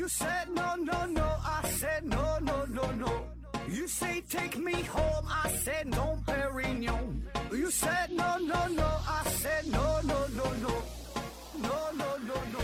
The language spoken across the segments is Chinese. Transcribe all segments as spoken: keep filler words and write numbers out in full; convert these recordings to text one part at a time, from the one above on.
said no no no, I said no no no no. You say take me home, I said no, Perignon. You said no no no, I said no no no no, no no no no.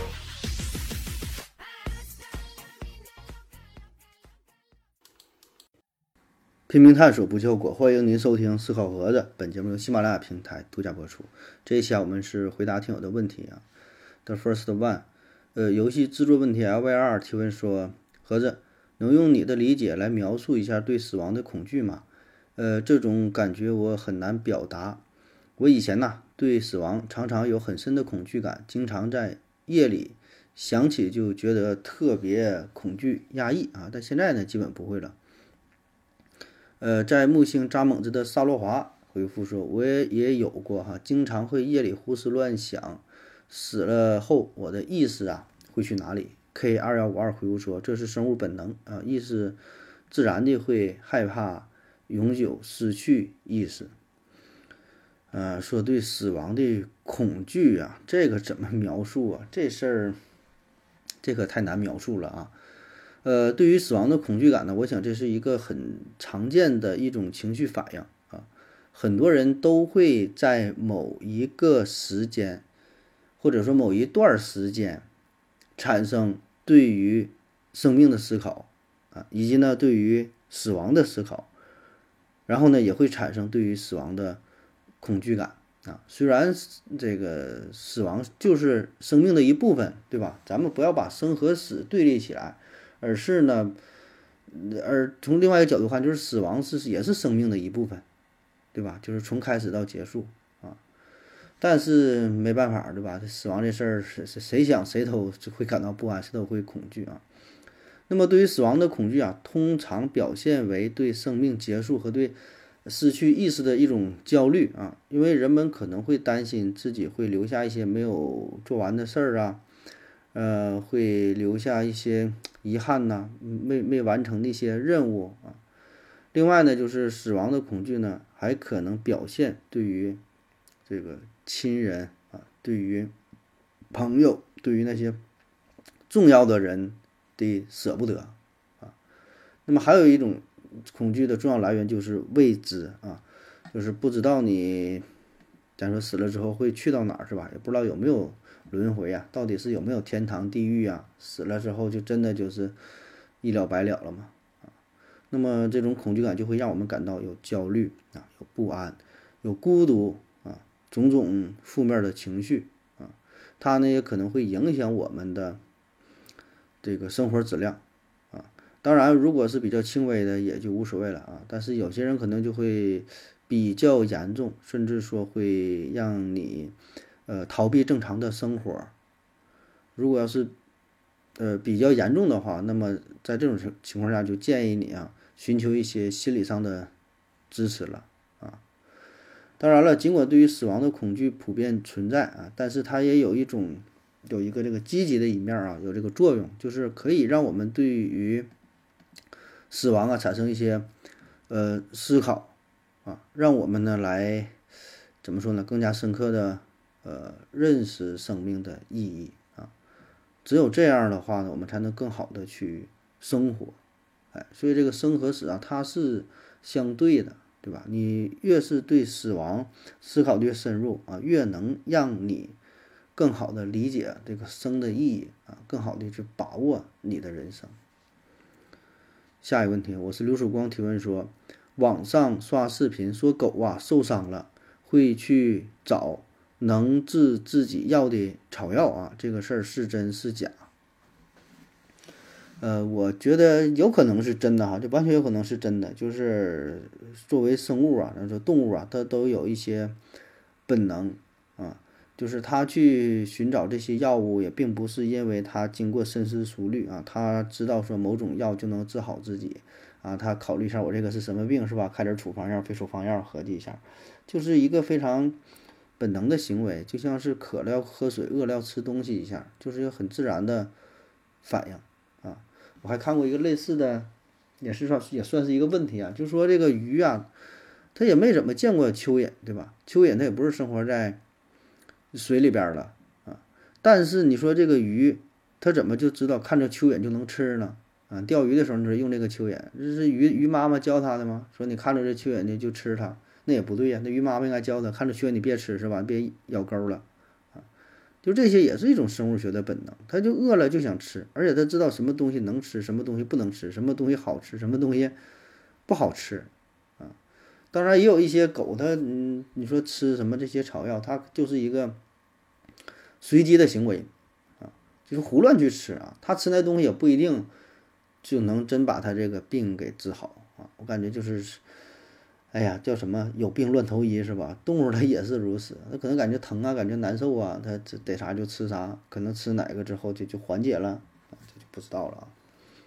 拼命探索不计后果，欢迎您收听思考盒子。本节目由喜马拉雅平台独家播出。这一期啊，我们是回答听友的问题啊。The first one， 呃，游戏制作问题 L V R 提问说，盒子能用你的理解来描述一下对死亡的恐惧吗？呃，这种感觉我很难表达。我以前呢，对死亡常常有很深的恐惧感，经常在夜里想起就觉得特别恐惧压抑啊。但现在呢，基本不会了。呃，在木星扎猛子的萨洛华回复说，我也也有过哈，经常会夜里胡思乱想，死了后我的意识啊会去哪里 ？K 二幺五二回复说，这是生物本能啊，意识自然的会害怕永久失去意识。呃，说对死亡的恐惧啊，这个怎么描述啊？这事儿这可太难描述了啊。呃，对于死亡的恐惧感呢，我想这是一个很常见的一种情绪反应啊，很多人都会在某一个时间，或者说某一段时间，产生对于生命的思考啊，以及呢对于死亡的思考，然后呢也会产生对于死亡的恐惧感啊。虽然这个死亡就是生命的一部分，对吧？咱们不要把生和死对立起来。而是呢，而从另外一个角度看，就是死亡是也是生命的一部分，对吧？就是从开始到结束啊。但是没办法，对吧？这死亡这事儿，谁谁想谁都会感到不安，谁都会恐惧啊。那么对于死亡的恐惧啊，通常表现为对生命结束和对失去意识的一种焦虑啊，因为人们可能会担心自己会留下一些没有做完的事儿啊。呃，会留下一些遗憾呐，没没完成的一些任务啊。另外呢，就是死亡的恐惧呢，还可能表现对于这个亲人啊，对于朋友，对于那些重要的人的舍不得啊。那么还有一种恐惧的重要来源就是未知啊，就是不知道你，咱说死了之后会去到哪儿是吧？也不知道有没有轮回啊，到底是有没有天堂地狱啊？死了之后就真的就是一了百了了吗？啊，那么这种恐惧感就会让我们感到有焦虑啊，有不安，有孤独啊，种种负面的情绪啊，它呢也可能会影响我们的这个生活质量啊。当然，如果是比较轻微的也就无所谓了啊，但是有些人可能就会比较严重，甚至说会让你。呃，逃避正常的生活。如果要是呃比较严重的话，那么在这种情情况下，就建议你啊，寻求一些心理上的支持了啊。当然了，尽管对于死亡的恐惧普遍存在啊，但是它也有一种有一个这个积极的一面啊，有这个作用，就是可以让我们对于死亡啊产生一些呃思考啊，让我们呢来怎么说呢，更加深刻的。呃，认识生命的意义啊，只有这样的话呢，我们才能更好的去生活，哎，所以这个生和死啊，它是相对的，对吧？你越是对死亡思考越深入啊，越能让你更好的理解这个生的意义啊，更好的去把握你的人生。下一个问题，我是刘曙光提问说，网上刷视频说狗啊受伤了，会去找。能治自己要的草药啊，这个事儿是真是假？呃，我觉得有可能是真的哈，就完全有可能是真的。就是作为生物啊，那说动物啊，它都有一些本能啊，就是它去寻找这些药物，也并不是因为它经过深思熟虑啊，它知道说某种药就能治好自己啊，他考虑一下我这个是什么病是吧？开点处方药、非处方药，合计一下，就是一个非常。本能的行为，就像是渴了要喝水，饿了要吃东西一下，就是一个很自然的反应啊。我还看过一个类似的，也是算也算是一个问题啊，就是说这个鱼啊，它也没怎么见过蚯蚓，对吧？蚯蚓它也不是生活在水里边的啊，但是你说这个鱼他怎么就知道看着蚯蚓就能吃呢？啊，钓鱼的时候你说用这个蚯蚓，这是鱼鱼妈妈教他的吗？说你看着这蚯蚓呢就吃它，那也不对呀、那鱼妈妈应该教他，看着蚯蚓你别吃是吧？别咬钩了。就这些也是一种生物学的本能，他就饿了就想吃，而且他知道什么东西能吃，什么东西不能吃，什么东西好吃，什么东西不好吃啊。当然也有一些狗，它嗯，你说吃什么这些草药，它就是一个随机的行为啊，就是胡乱去吃啊。它吃那东西也不一定就能真把它这个病给治好啊。我感觉就是。哎呀，叫什么有病乱投医是吧？动物它也是如此，它可能感觉疼啊，感觉难受啊，它这逮啥就吃啥，可能吃哪个之后就就缓解了，啊，这就不知道了啊。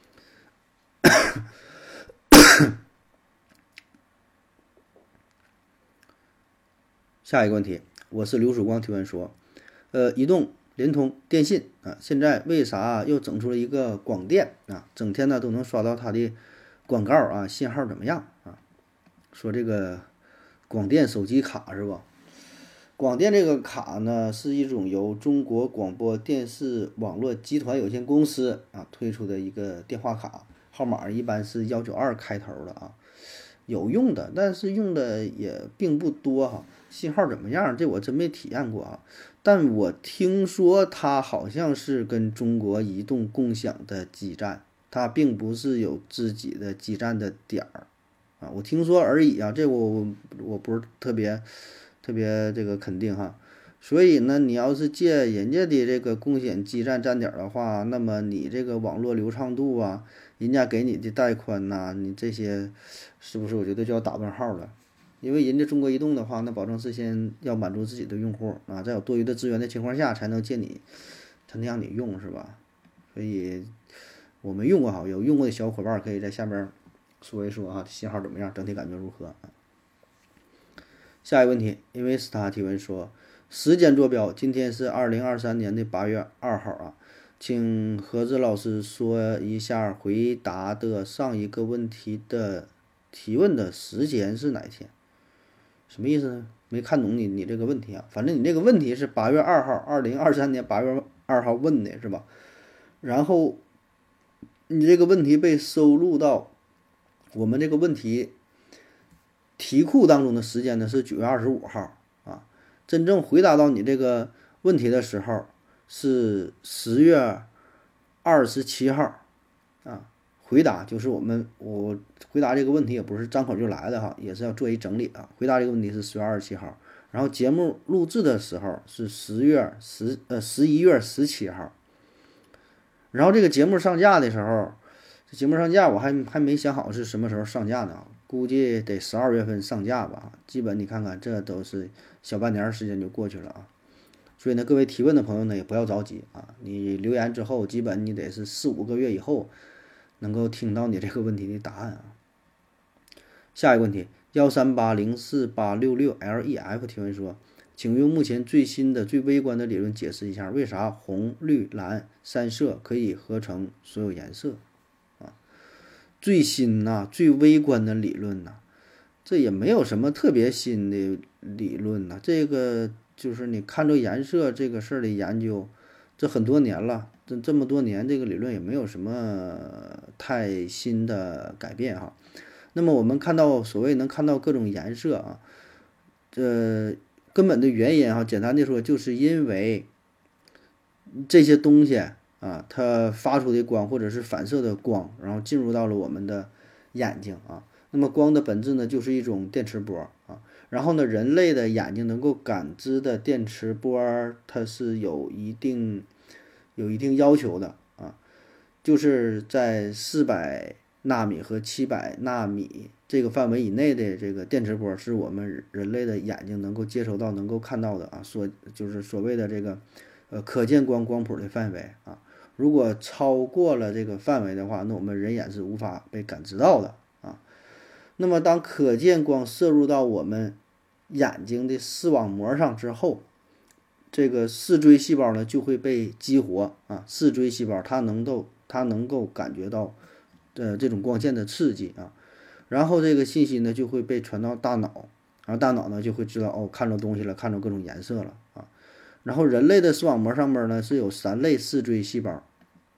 下一个问题，我是刘曙光提问说，呃，移动、联通、电信啊，现在为啥又整出了一个广电啊？整天呢都能刷到它的广告啊，信号怎么样啊？说这个广电手机卡是吧？广电这个卡呢，是一种由中国广播电视网络集团有限公司啊推出的一个电话卡，号码一般是幺九二开头的啊，有用的，但是用的也并不多哈。信号怎么样？这我真没体验过啊。但我听说它好像是跟中国移动共享的基站，它并不是有自己的基站的点儿。啊，我听说而已啊，这我我我不是特别特别这个肯定哈，所以呢，你要是借人家的这个共享基站站点的话，那么你这个网络流畅度啊，人家给你的带宽呐、你这些是不是我觉得就要打问号了？因为人家中国移动的话，那保证是先要满足自己的用户啊，在有多余的资源的情况下，才能借你，才能让你用是吧？所以我没用过哈，有用过的小伙伴可以在下面说一说哈，信号怎么样，整体感觉如何？下一个问题，因为是他提问说，时间坐标今天是二零二三年的八月二号啊，请何子老师说一下回答的上一个问题的提问的时间是哪天？什么意思呢？没看懂你你这个问题啊，反正你这个问题是八月二号，二零二三年八月二号问的是吧？然后你这个问题被收录到我们这个问题题库当中的时间呢是九月二十五号啊，真正回答到你这个问题的时候是十月二十七号啊。回答就是我们我回答这个问题也不是张口就来的哈，也是要做一整理啊。回答这个问题是十月二十七号，然后节目录制的时候是十月十呃十一月十七号，然后这个节目上架的时候，这节目上架我还还没想好是什么时候上架呢，估计得十二月份上架吧。基本你看看，这都是小半年时间就过去了啊。所以呢，各位提问的朋友呢，也不要着急啊。你留言之后，基本你得是四五个月以后能够听到你这个问题的答案啊。下一个问题，幺三八零四八六六 L E F 提问说，请用目前最新的、最微观的理论解释一下，为啥红、绿、蓝三色可以合成所有颜色？啊，最新呐、啊，最微观的理论呐、啊，这也没有什么特别新的理论呐、啊。这个就是你看着颜色这个事儿的研究，这很多年了，这这么多年，这个理论也没有什么太新的改变哈。那么我们看到所谓能看到各种颜色啊，这根本的原因哈，简单的说，就是因为这些东西啊，它发出的光或者是反射的光，然后进入到了我们的眼睛啊。那么光的本质呢，就是一种电磁波啊。然后呢，人类的眼睛能够感知的电磁波，它是有一定有一定要求的啊，就是在四百纳米和七百纳米这个范围以内的这个电磁波，是我们人类的眼睛能够接收到、能够看到的啊。所就是所谓的这个呃可见光光谱的范围啊。如果超过了这个范围的话，那我们人眼是无法被感知到的啊。那么当可见光摄入到我们眼睛的视网膜上之后，这个视锥细胞呢就会被激活啊。视锥细胞它能够它能够感觉到呃这种光线的刺激啊，然后这个信息呢就会被传到大脑，然后大脑呢就会知道哦看着东西了，看着各种颜色了啊。然后人类的视网膜上面呢是有三类视锥细胞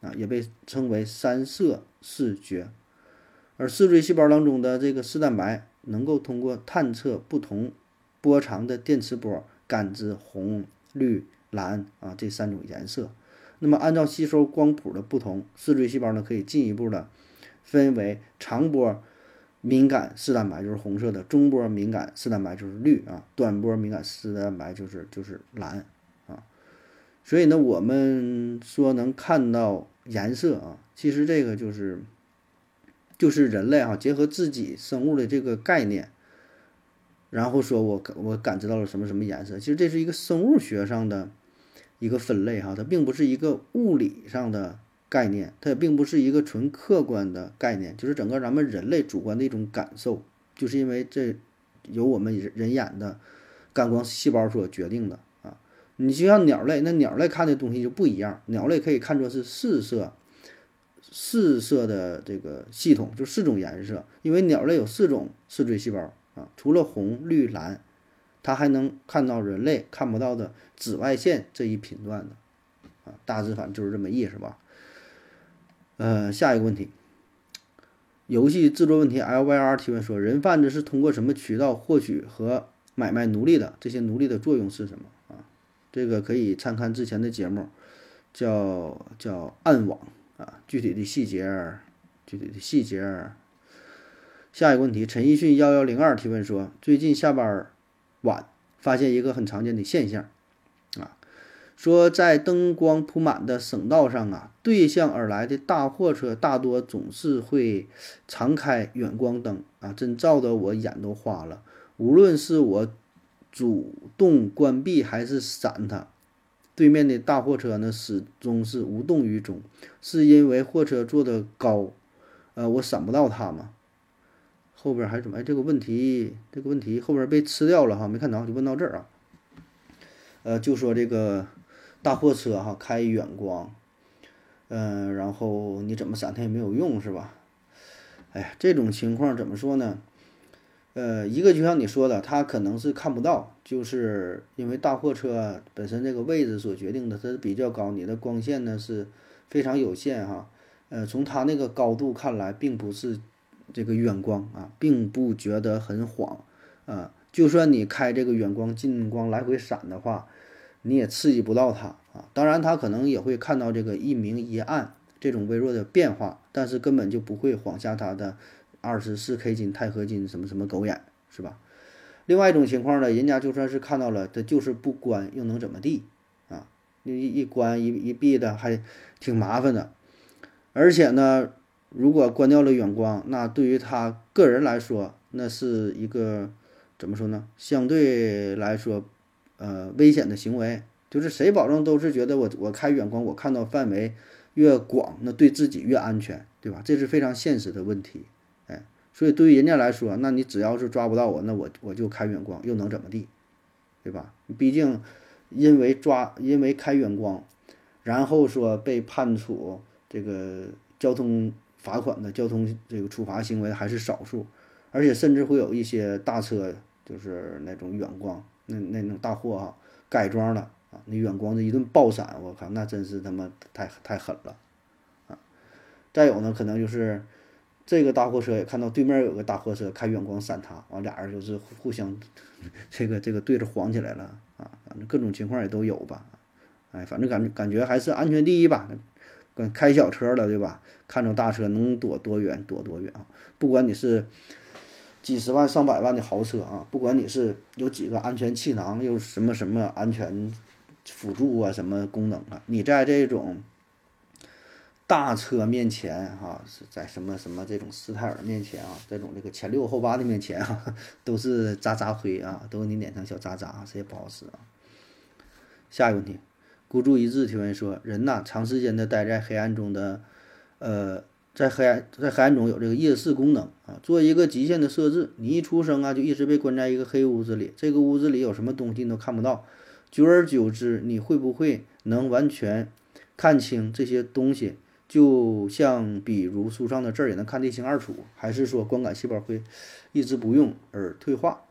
啊，也被称为三色视觉。而视锥细胞当中的这个视蛋白能够通过探测不同波长的电磁波感知红、绿、蓝啊这三种颜色。那么按照吸收光谱的不同，视锥细胞呢可以进一步的分为长波敏感视蛋白就是红色的，中波敏感视蛋白就是绿啊，短波敏感视蛋白就是就是蓝啊。所以呢，我们说能看到颜色啊，其实这个就是就是人类啊结合自己生物的这个概念，然后说我我感知到了什么什么颜色，其实这是一个生物学上的一个分类哈，它并不是一个物理上的概念，它也并不是一个纯客观的概念，就是整个咱们人类主观的一种感受，就是因为这由我们人眼的感光细胞所决定的啊。你就像鸟类，那鸟类看的东西就不一样，鸟类可以看作是四色四色的这个系统，就四种颜色，因为鸟类有四种视锥细胞啊，除了红、绿、蓝，它还能看到人类看不到的紫外线这一频段的啊，大致反正就是这么意思吧。呃，下一个问题，游戏制作问题 L Y R 提问说，人贩子是通过什么渠道获取和买卖奴隶的？这些奴隶的作用是什么啊？这个可以参看之前的节目，叫叫暗网啊，具体的细节，具体的细节。下一个问题，陈奕迅幺幺零二提问说，最近下班晚，发现一个很常见的现象啊，说在灯光铺满的省道上啊，对向而来的大货车大多总是会常开远光灯啊，真照得我眼都花了。无论是我主动关闭还是闪它，对面的大货车呢始终是无动于衷，是因为货车坐得高，呃，我闪不到它吗？后边还怎么？哎，这个问题，这个问题后边被吃掉了哈，没看着，就问到这儿啊。呃，就说这个大货车哈开远光，嗯、呃，然后你怎么闪它也没有用是吧？哎呀，这种情况怎么说呢？呃，一个就像你说的，它可能是看不到，就是因为大货车本身这个位置所决定的，它是比较高，你的光线呢是非常有限哈。呃，从它那个高度看来，并不是这个远光啊，并不觉得很晃啊。就算你开这个远光、近光来回闪的话，你也刺激不到它啊。当然，它可能也会看到这个一明一暗这种微弱的变化，但是根本就不会晃瞎它的二十四 K 金、钛合金什么什么狗眼，是吧？另外一种情况呢，人家就算是看到了，它就是不关，又能怎么地啊？一一关一一闭的还挺麻烦的，而且呢。如果关掉了远光，那对于他个人来说，那是一个怎么说呢？相对来说，呃，危险的行为。就是谁保证都是觉得我我开远光，我看到范围越广，那对自己越安全，对吧？这是非常现实的问题。哎，所以对于人家来说，那你只要是抓不到我，那我我就开远光，又能怎么地，对吧？毕竟因为抓，因为开远光，然后说被判处这个交通。罚款的交通这个处罚行为还是少数，而且甚至会有一些大车，就是那种远光，那那种大货哈，改装了啊，那远光这一顿爆闪，我靠，那真是他妈太太狠了啊！再有呢，可能就是这个大货车也看到对面有个大货车开远光闪他，完俩人就是互相这个这个对着晃起来了啊，反正各种情况也都有吧，哎，反正感感觉还是安全第一吧。跟开小车了，对吧？看着大车能躲多远躲多远啊！不管你是几十万上百万的豪车啊，不管你是有几个安全气囊，又什么什么安全辅助啊，什么功能啊，你在这种大车面前哈、啊，是在什么什么这种斯泰尔面前啊，这种这个前六后八的面前啊，都是渣渣灰啊，都给你碾成小渣渣，谁也不好使啊。下一个问题。孤注一掷提问说：人呐，长时间的待在黑暗中的，呃，在黑暗在黑暗中有这个夜视功能啊。做一个极限的设置，你一出生啊，就一直被关在一个黑屋子里，这个屋子里有什么东西你都看不到。久而久之，你会不会能完全看清这些东西？就像比如书上的字儿也能看得一清二楚，还是说光感细胞会一直不用而退化？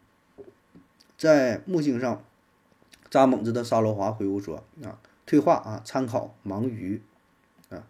在木星上。扎猛子的沙罗华回复说：“啊，退化啊，参考盲鱼啊。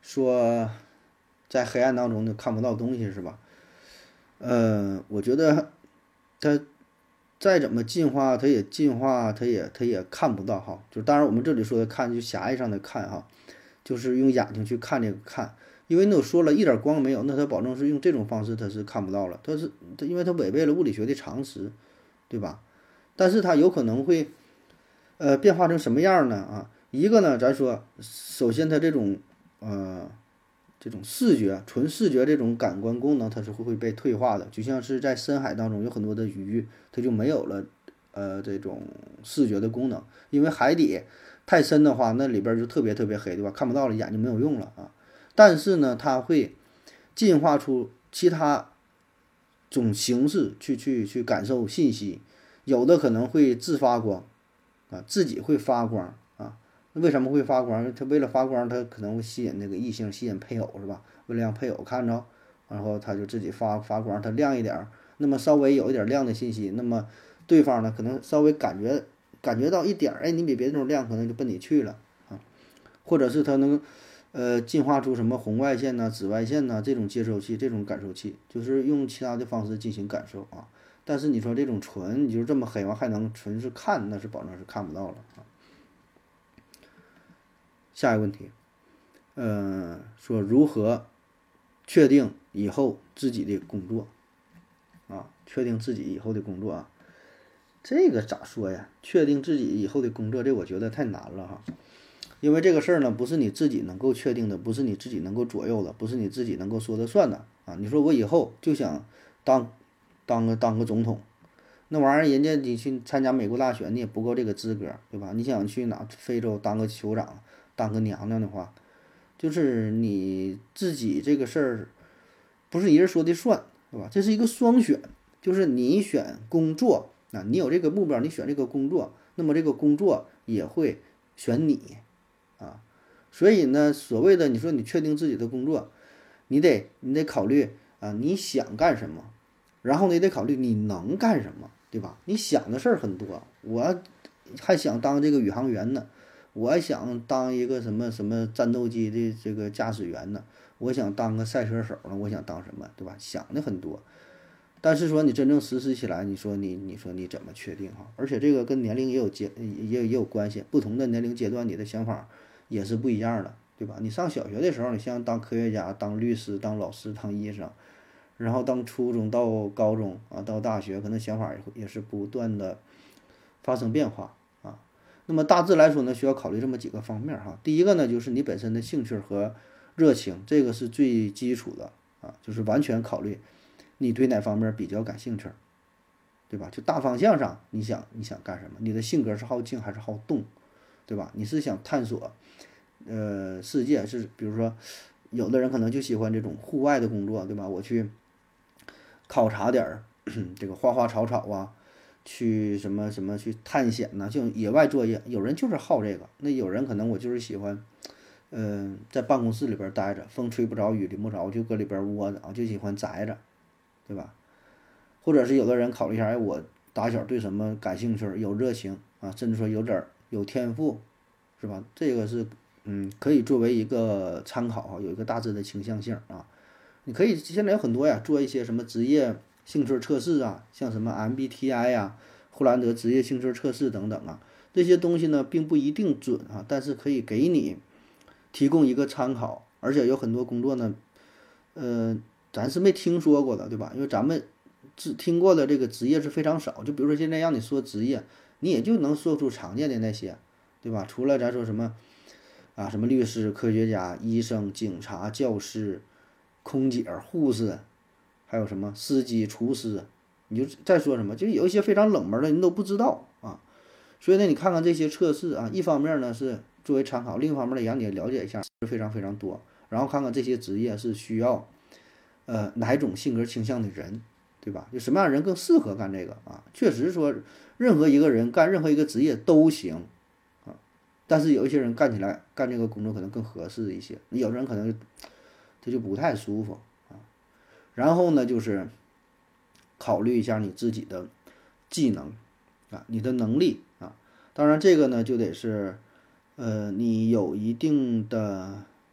说在黑暗当中就看不到东西是吧？呃，我觉得它再怎么进化，它也进化，它也它也看不到哈。就当然我们这里说的看，就狭义上的看哈，就是用眼睛去看这个看，因为你都说了一点光没有，那它保证是用这种方式它是看不到了，它是它因为它违背了物理学的常识，对吧？但是它有可能会呃变化成什么样呢？啊，一个呢，咱说首先它这种呃这种视觉纯视觉这种感官功能它是会会被退化的，就像是在深海当中有很多的鱼，它就没有了呃这种视觉的功能，因为海底太深的话，那里边就特别特别黑，对吧？看不到了，眼睛没有用了啊。但是呢，它会进化出其他种形式去去去感受信息，有的可能会自发光啊，自己会发光啊。那为什么会发光？它为了发光，它可能会吸引那个异性，吸引配偶是吧？为了让配偶看着，然后它就自己发发光，它亮一点儿，那么稍微有一点亮的信息，那么对方呢可能稍微感觉感觉到一点儿，哎，你比别人亮，可能就奔你去了啊。或者是它能呃进化出什么红外线呐、紫外线呐这种接收器、这种感受器，就是用其他的方式进行感受啊。但是你说这种纯，你就这么黑完还能纯是看，那是保证是看不到了啊。下一个问题，呃，说如何确定以后自己的工作啊？确定自己以后的工作啊？这个咋说呀？确定自己以后的工作，这我觉得太难了哈。因为这个事儿呢，不是你自己能够确定的，不是你自己能够左右的，不是你自己能够说了算的啊！你说我以后就想当当个当个总统，那玩意儿人家你去参加美国大选，你也不够这个资格，对吧？你想去哪非洲当个酋长，当个娘娘的话，就是你自己这个事儿不是一人说的算，对吧？这是一个双选，就是你选工作啊，你有这个目标，你选这个工作，那么这个工作也会选你。啊，所以呢，所谓的你说你确定自己的工作，你得你得考虑啊，你想干什么，然后你得考虑你能干什么，对吧？你想的事儿很多，我还想当这个宇航员呢，我还想当一个什么什么战斗机的这个驾驶员呢，我想当个赛车手呢，我想当什么，对吧？想的很多，但是说你真正实施起来，你说你你说你怎么确定哈？而且这个跟年龄也有阶也也有关系，不同的年龄阶段你的想法也是不一样的，对吧？你上小学的时候，你像当科学家、当律师、当老师、当医生，然后当初中到高中啊，到大学，可能想法也是不断的发生变化啊。那么大致来说呢，需要考虑这么几个方面哈。第一个呢，就是你本身的兴趣和热情，这个是最基础的啊，就是完全考虑你对哪方面比较感兴趣，对吧？就大方向上，你想你想干什么？你的性格是好静还是好动，对吧？你是想探索呃世界，是比如说有的人可能就喜欢这种户外的工作，对吧？我去考察点儿这个花花草草啊，去什么什么去探险呐、这种野外作业，有人就是好这个，那有人可能我就是喜欢，嗯、在办公室里边待着，风吹不着，雨淋不着，就搁里边窝着啊，就喜欢宅着，对吧？或者是有的人考虑一下，哎，我打小对什么感兴趣，有热情啊，甚至说有点儿有天赋，是吧？这个是嗯，可以作为一个参考啊，有一个大致的倾向性啊。你可以现在有很多呀，做一些什么职业兴趣测试啊，像什么 M B T I 呀、霍兰德职业兴趣测试等等啊，这些东西呢并不一定准啊，但是可以给你提供一个参考，而且有很多工作呢，呃，咱是没听说过的，对吧？因为咱们只听过的这个职业是非常少，就比如说现在让你说职业，你也就能说出常见的那些，对吧？除了咱说什么啊，什么律师、科学家、医生、警察、教师、空姐、护士，还有什么司机、厨师，你就再说什么，就有一些非常冷门的，你都不知道啊。所以呢，你看看这些测试啊，一方面呢是作为参考，另一方面呢也让你了解一下，是非常非常多。然后看看这些职业是需要呃哪种性格倾向的人，对吧？就什么样的人更适合干这个啊？确实说，任何一个人干任何一个职业都行啊，但是有一些人干起来干这个工作可能更合适一些，有的人可能他就不太舒服啊。然后呢，就是考虑一下你自己的技能啊，你的能力啊。当然，这个呢就得是，呃，你有一定的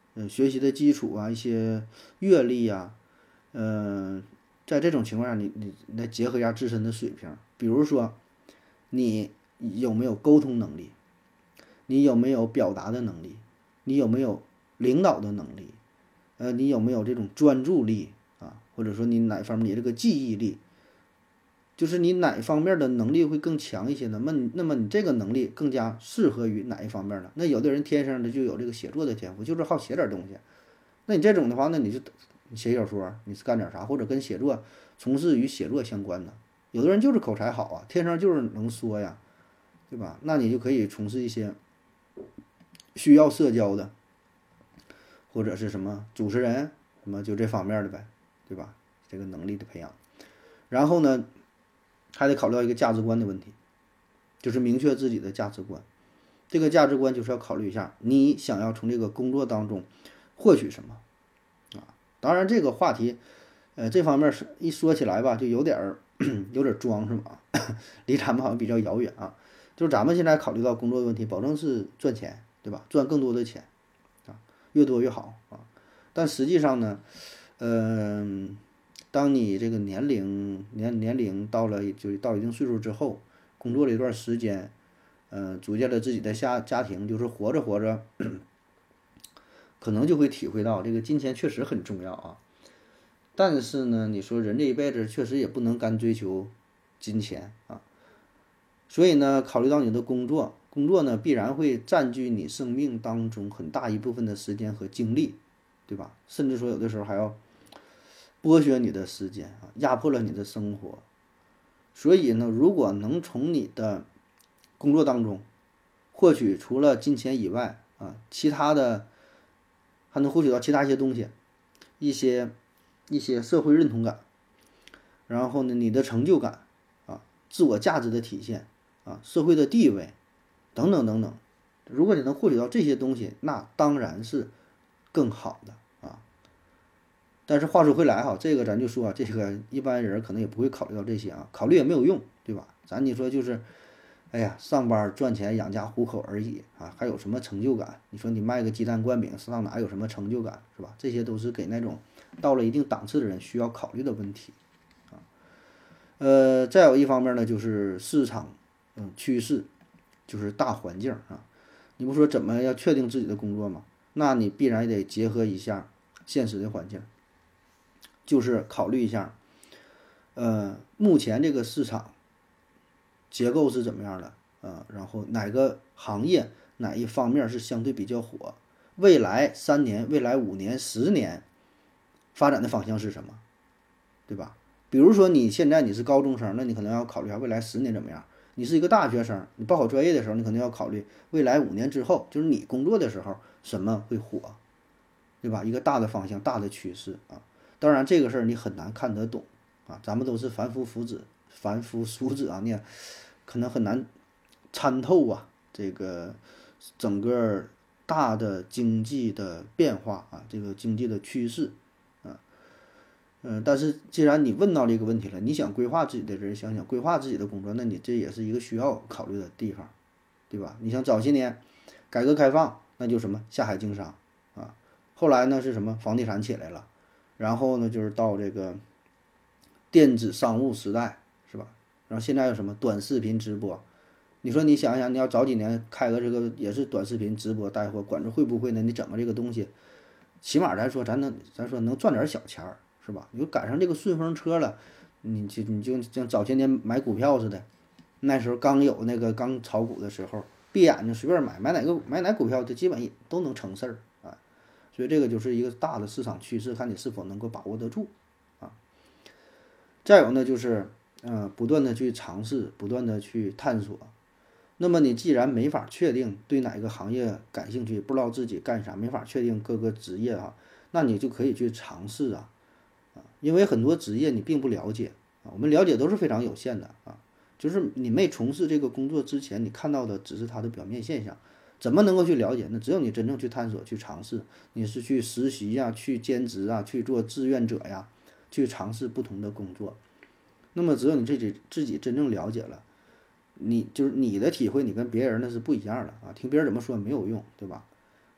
嗯、呃、学习的基础啊，一些阅历呀、嗯、呃，在这种情况下，你你来结合一下自身的水平，比如说你有没有沟通能力，你有没有表达的能力，你有没有领导的能力，呃，你有没有这种专注力啊，或者说你哪方面你这个记忆力。就是你哪方面的能力会更强一些呢？那么那么你这个能力更加适合于哪一方面呢？那有的人天生的就有这个写作的天赋，就是好写点东西。那你这种的话，那你就你写小说，你是干点啥，或者跟写作从事与写作相关的。有的人就是口才好啊，天生就是能说呀，对吧？那你就可以从事一些需要社交的，或者是什么主持人，什么就这方面的呗，对吧？这个能力的培养。然后呢，还得考虑到一个价值观的问题，就是明确自己的价值观。这个价值观就是要考虑一下，你想要从这个工作当中获取什么啊？当然，这个话题，呃，这方面是一说起来吧，就有点儿有点装是吗？离咱们好像比较遥远啊。就是咱们现在考虑到工作的问题，保证是赚钱，对吧？赚更多的钱啊，越多越好啊。但实际上呢，嗯、呃。当你这个年龄年年龄到了就到一定岁数之后，工作了一段时间，呃，组建了自己的家家庭，就是活着活着，可能就会体会到这个金钱确实很重要啊。但是呢，你说人这一辈子确实也不能干追求金钱啊，所以呢，考虑到你的工作，工作呢必然会占据你生命当中很大一部分的时间和精力，对吧？甚至说有的时候还要剥削你的时间啊，压迫了你的生活。所以呢，如果能从你的工作当中获取除了金钱以外啊，其他的还能获取到其他一些东西，一些一些社会认同感，然后呢，你的成就感啊，自我价值的体现啊，社会的地位等等等等。如果你能获取到这些东西，那当然是更好的。但是话说回来哈，这个咱就说啊，这个一般人可能也不会考虑到这些啊，考虑也没有用，对吧？咱你说就是，哎呀，上班赚钱养家糊口而已啊，还有什么成就感？你说你卖个鸡蛋灌饼，上哪有什么成就感，是吧？这些都是给那种到了一定档次的人需要考虑的问题啊。呃，再有一方面呢，就是市场嗯趋势，就是大环境啊。你不说怎么要确定自己的工作吗？那你必然也得结合一下现实的环境。就是考虑一下，呃，目前这个市场结构是怎么样的，呃，然后哪个行业哪一方面是相对比较火，未来三年、未来五年、十年发展的方向是什么，对吧？比如说你现在你是高中生，那你可能要考虑一下未来十年怎么样。你是一个大学生，你报考专业的时候，你可能要考虑未来五年之后，就是你工作的时候什么会火，对吧？一个大的方向、大的趋势啊。当然，这个事儿你很难看得懂啊，咱们都是凡夫俗子，凡夫俗子啊，你也可能很难参透啊，这个整个大的经济的变化啊，这个经济的趋势啊，嗯，但是既然你问到这个问题了，你想规划自己的人，想想规划自己的工作，那你这也是一个需要考虑的地方，对吧？你像早些年改革开放，那就什么下海经商啊，后来呢是什么房地产起来了。然后呢，就是到这个电子商务时代，是吧？然后现在有什么短视频直播？你说你想想，你要早几年开个这个也是短视频直播带货，管着会不会呢？你整个这个东西，起码咱说咱能咱说能赚点小钱儿，是吧？你就赶上这个顺风车了，你就你就像早些年买股票似的，那时候刚有那个刚炒股的时候，闭眼睛随便买，买哪个买哪股票，就基本都能成事儿。所以这个就是一个大的市场趋势，看你是否能够把握得住啊。再有呢，就是呃，不断的去尝试，不断的去探索。那么你既然没法确定对哪个行业感兴趣，不知道自己干啥，没法确定各个职业啊，那你就可以去尝试啊啊，因为很多职业你并不了解啊，我们了解都是非常有限的啊，就是你没从事这个工作之前，你看到的只是它的表面现象。怎么能够去了解呢？只有你真正去探索、去尝试，你是去实习呀、去兼职啊、去做志愿者呀，去尝试不同的工作。那么，只有你自己自己真正了解了，你就是你的体会，你跟别人那是不一样的啊。听别人怎么说没有用，对吧？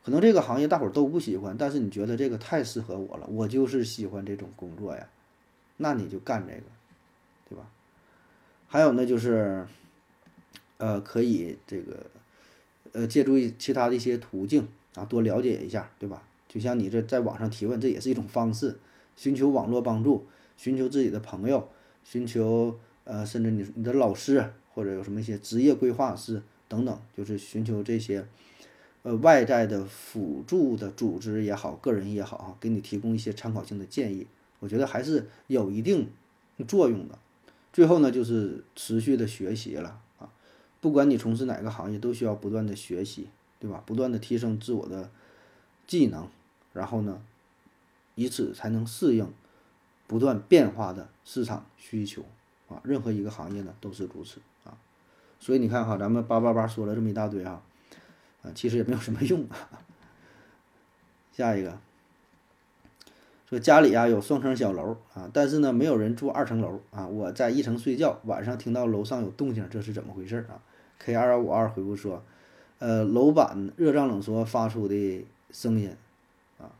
可能这个行业大伙儿都不喜欢，但是你觉得这个太适合我了，我就是喜欢这种工作呀，那你就干这个，对吧？还有呢，就是呃，可以这个呃，借助其他的一些途径啊，多了解一下，对吧？就像你这在网上提问，这也是一种方式，寻求网络帮助，寻求自己的朋友，寻求呃，甚至你你的老师或者有什么一些职业规划师等等，就是寻求这些呃外在的辅助的组织也好，个人也好啊，给你提供一些参考性的建议，我觉得还是有一定作用的。最后呢，就是持续的学习了啊，不管你从事哪个行业，都需要不断的学习，对吧？不断的提升自我的技能，然后呢，以此才能适应不断变化的市场需求啊。任何一个行业呢都是如此啊。所以你看哈，咱们叭叭叭说了这么一大堆哈，啊，其实也没有什么用啊。下一个。说家里啊有双层小楼啊，但是呢没有人住二层楼啊，我在一层睡觉，晚上听到楼上有动静，这是怎么回事啊 ？K 二幺五二回复说，呃，楼板热胀冷缩发出的声音啊，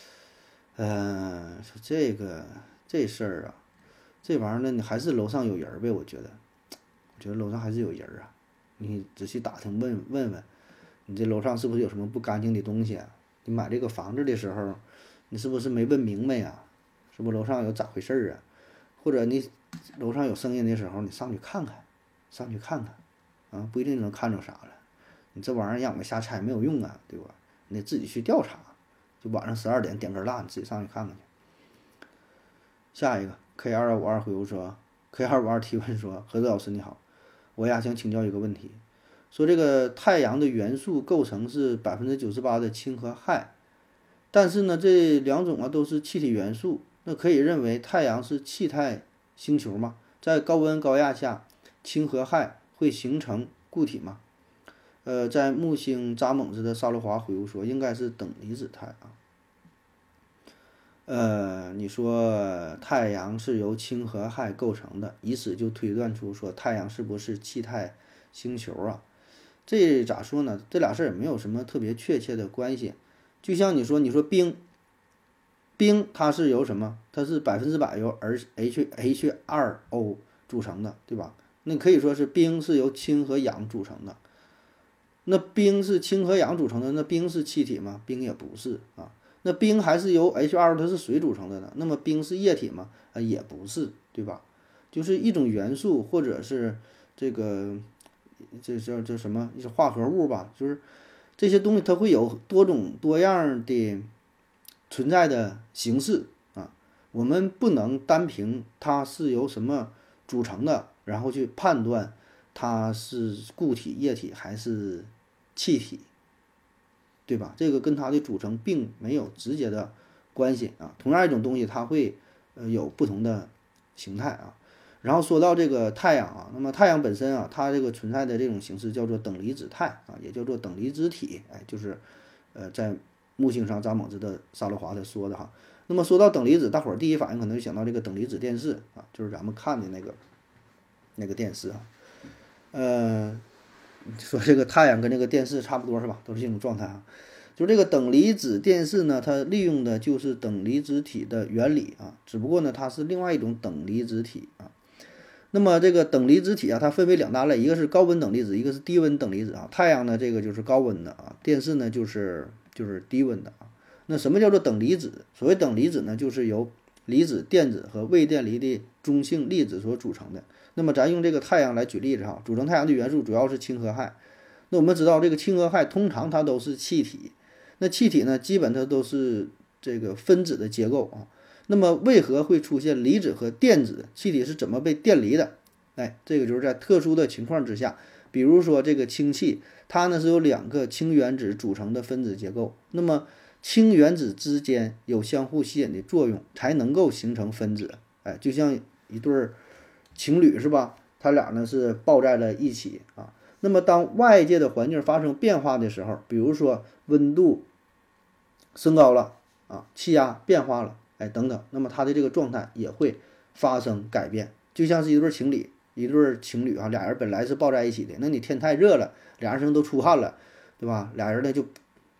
呃，说这个这事儿啊，这玩意儿呢，你还是楼上有人呗，我觉得，我觉得楼上还是有人啊，你仔细打听问问问，你这楼上是不是有什么不干净的东西啊？你买这个房子的时候。你是不是没问明白呀？是不是楼上有咋回事儿啊？或者你楼上有声音的时候，你上去看看，上去看看，啊，不一定能看着啥了。你这玩意儿让我们瞎猜没有用啊，对吧？你得自己去调查。就晚上十二点点根蜡，你自己上去看看去。下一个 K 二五二回复说 ，K 二五二提问说，何子老师你好，我呀想请教一个问题，说这个太阳的元素构成是百分之九十八的氢和氦。但是呢，这两种啊都是气体元素，那可以认为太阳是气态星球吗？在高温高压下，氢和氦会形成固体吗？呃，在木星扎猛子的沙罗华回复说，应该是等离子态啊。呃，你说太阳是由氢和氦构成的，以此就推断出说太阳是不是气态星球啊？这咋说呢？这俩事儿也没有什么特别确切的关系。就像你说，你说冰，冰它是由什么？它是百分之百由 H H 二 O 组成的，对吧？那可以说是冰是由氢和氧组成的。那冰是氢和氧组成的，那冰是气体吗？冰也不是啊。那冰还是由 H 二 O 它是水组成的呢？那么冰是液体吗？啊，也不是，对吧？就是一种元素或者是这个这叫这什么一些化合物吧，就是这些东西它会有多种多样的存在的形式啊，我们不能单凭它是由什么组成的，然后去判断它是固体、液体还是气体，对吧？这个跟它的组成并没有直接的关系啊。同样一种东西，它会呃有不同的形态啊。然后说到这个太阳啊，那么太阳本身啊，它这个存在的这种形式叫做等离子态啊，也叫做等离子体，哎，就是呃在木星上扎猛子的沙罗华他说的哈。那么说到等离子，大伙儿第一反应可能就想到这个等离子电视啊，就是咱们看的那个那个电视啊，呃，说这个太阳跟这个电视差不多是吧？都是这种状态啊。就这个等离子电视呢，它利用的就是等离子体的原理啊，只不过呢，它是另外一种等离子体啊。那么这个等离子体啊，它分为两大类，一个是高温等离子，一个是低温等离子啊。太阳呢，这个就是高温的啊，电视呢就是就是低温的啊。那什么叫做等离子？所谓等离子呢，就是由离子、电子和位电离的中性粒子所组成的。那么咱用这个太阳来举例子哈，组成太阳的元素主要是氢和氦。那我们知道这个氢和氦通常它都是气体，那气体呢，基本它都是这个分子的结构啊。那么为何会出现离子和电子？气体是怎么被电离的？哎，这个就是在特殊的情况之下，比如说这个氢气，它呢是由两个氢原子组成的分子结构。那么氢原子之间有相互吸引的作用，才能够形成分子。哎，就像一对儿情侣是吧？它俩呢是抱在了一起啊。那么当外界的环境发生变化的时候，比如说温度升高了啊，气压变化了。哎，等等，那么它的这个状态也会发生改变，就像是一对情侣，一对情侣啊，俩人本来是抱在一起的，那你天太热了，俩人身上都出汗了，对吧？俩人呢就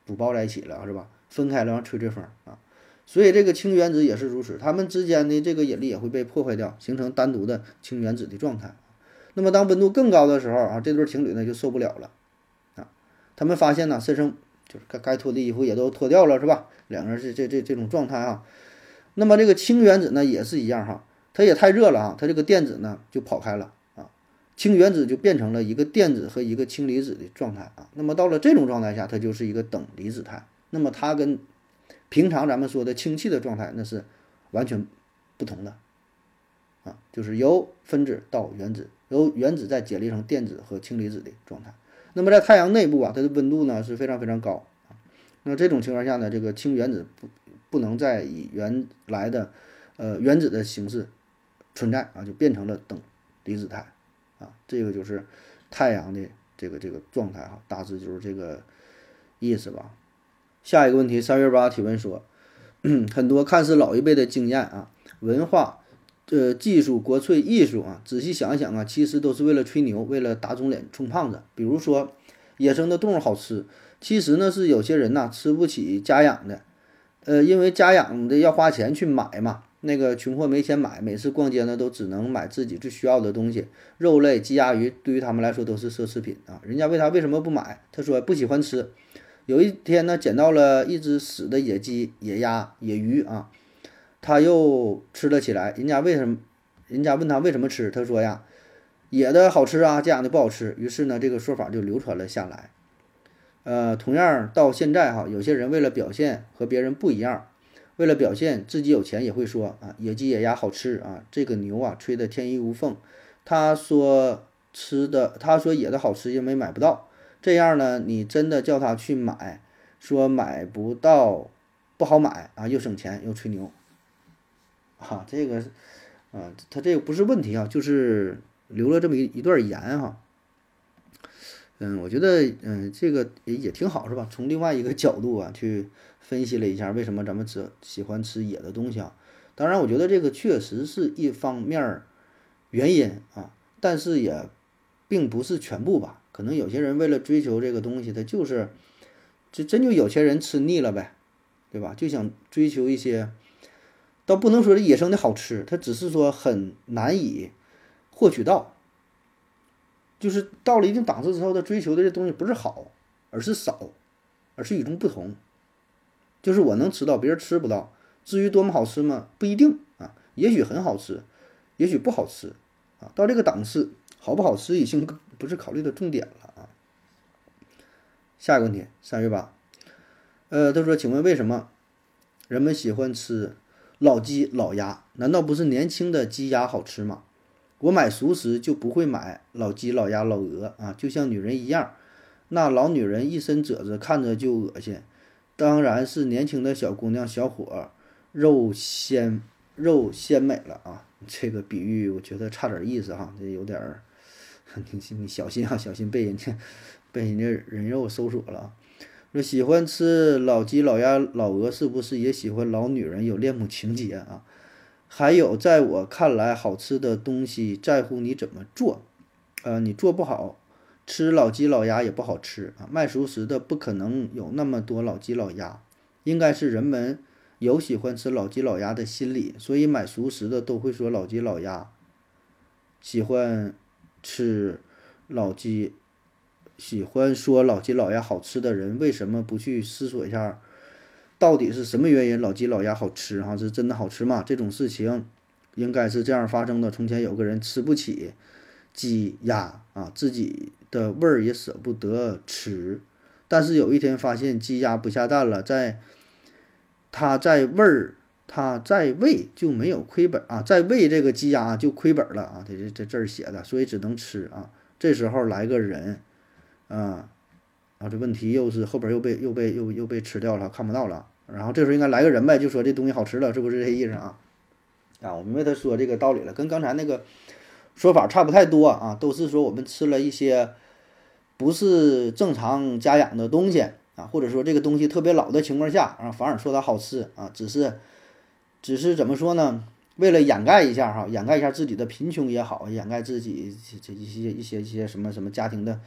不抱在一起了，是吧？分开了让吹吹风啊。所以这个氢原子也是如此，它们之间的这个引力也会被破坏掉，形成单独的氢原子的状态。那么当温度更高的时候啊，这对情侣呢就受不了了啊，他们发现呢身上就是该该脱的衣服也都脱掉了，是吧？两个人是这这这种状态啊。那么这个氢原子呢也是一样哈，它也太热了啊，它这个电子呢就跑开了啊，氢原子就变成了一个电子和一个氢离子的状态啊。那么到了这种状态下，它就是一个等离子态。那么它跟平常咱们说的氢气的状态那是完全不同的啊，就是由分子到原子，由原子再解离成电子和氢离子的状态。那么在太阳内部啊，它的温度呢是非常非常高啊。那这种情况下呢，这个氢原子不不能再以原来的呃原子的形式存在啊，就变成了等离子态啊。这个就是太阳的这个这个状态哈，大致就是这个意思吧。下一个问题，三月八提问说，很多看似老一辈的经验啊、文化、呃技术、国粹、艺术啊，仔细想一想啊，其实都是为了吹牛，为了打肿脸充胖子。比如说，野生的动物好吃，其实呢是有些人呐吃不起家养的，呃，因为家养的要花钱去买嘛，那个穷货没钱买，每次逛街呢都只能买自己最需要的东西，肉类、鸡鸭鱼对于他们来说都是奢侈品啊。人家问他为什么不买，他说不喜欢吃。有一天呢，捡到了一只死的野鸡、野鸭、野鱼啊，他又吃了起来。人家为什么？人家问他为什么吃，他说呀，野的好吃啊，家养的不好吃。于是呢，这个说法就流传了下来。呃，同样到现在哈，有些人为了表现和别人不一样，为了表现自己有钱，也会说啊，野鸡野鸭好吃啊，这个牛啊吹得天衣无缝。他说吃的，他说野的好吃，因为买不到。这样呢，你真的叫他去买，说买不到，不好买啊，又省钱又吹牛，啊，这个，啊，他这个不是问题啊，就是留了这么一一段言哈。嗯，我觉得嗯，这个也也挺好是吧？从另外一个角度啊去分析了一下为什么咱们只喜欢吃野的东西啊。当然，我觉得这个确实是一方面原因啊，但是也并不是全部吧。可能有些人为了追求这个东西，他就是就真就有钱人吃腻了呗，对吧？就想追求一些，倒不能说是野生的好吃，他只是说很难以获取到。就是到了一定档次之后，他追求的这东西不是好，而是少，而是与众不同。就是我能吃到，别人吃不到。至于多么好吃嘛，不一定啊，也许很好吃，也许不好吃啊。到这个档次，好不好吃已经不是考虑的重点了啊。下一个问题，三月八，呃，他说，请问为什么人们喜欢吃老鸡老鸭？难道不是年轻的鸡鸭好吃吗？我买熟食就不会买老鸡老鸭老鹅啊，就像女人一样，那老女人一身褶子看着就恶心。当然是年轻的小姑娘小伙肉鲜肉鲜美了啊。这个比喻我觉得差点意思哈，这有点儿，你你小心啊，小心被人家被人家人肉搜索了啊。说喜欢吃老鸡老鸭老鹅，是不是也喜欢老女人，有恋母情节啊？还有，在我看来，好吃的东西在乎你怎么做，呃，你做不好，吃老鸡老鸭也不好吃啊。卖熟食的不可能有那么多老鸡老鸭，应该是人们有喜欢吃老鸡老鸭的心理，所以买熟食的都会说老鸡老鸭。喜欢吃老鸡，喜欢说老鸡老鸭好吃的人，为什么不去思索一下？到底是什么原因老鸡老鸭好吃哈？是真的好吃吗？这种事情应该是这样发生的。从前有个人吃不起鸡鸭啊，自己的味儿也舍不得吃，但是有一天发现鸡鸭不下蛋了，在他在味儿，他在喂就没有亏本啊，在喂这个鸡鸭就亏本了啊，这这这这儿写的，所以只能吃啊。这时候来个人啊。啊，这问题又是后边又被又被又又被吃掉了，看不到了。然后这时候应该来个人呗，就说这东西好吃了，是不是这意思啊？啊，我明白他说这个道理了，跟刚才那个说法差不太多啊，都是说我们吃了一些不是正常家养的东西啊，或者说这个东西特别老的情况下啊，反而说它好吃啊，只是只是怎么说呢？为了掩盖一下哈，掩盖一下自己的贫穷也好，掩盖自己这一些一些一些什么什么家庭的。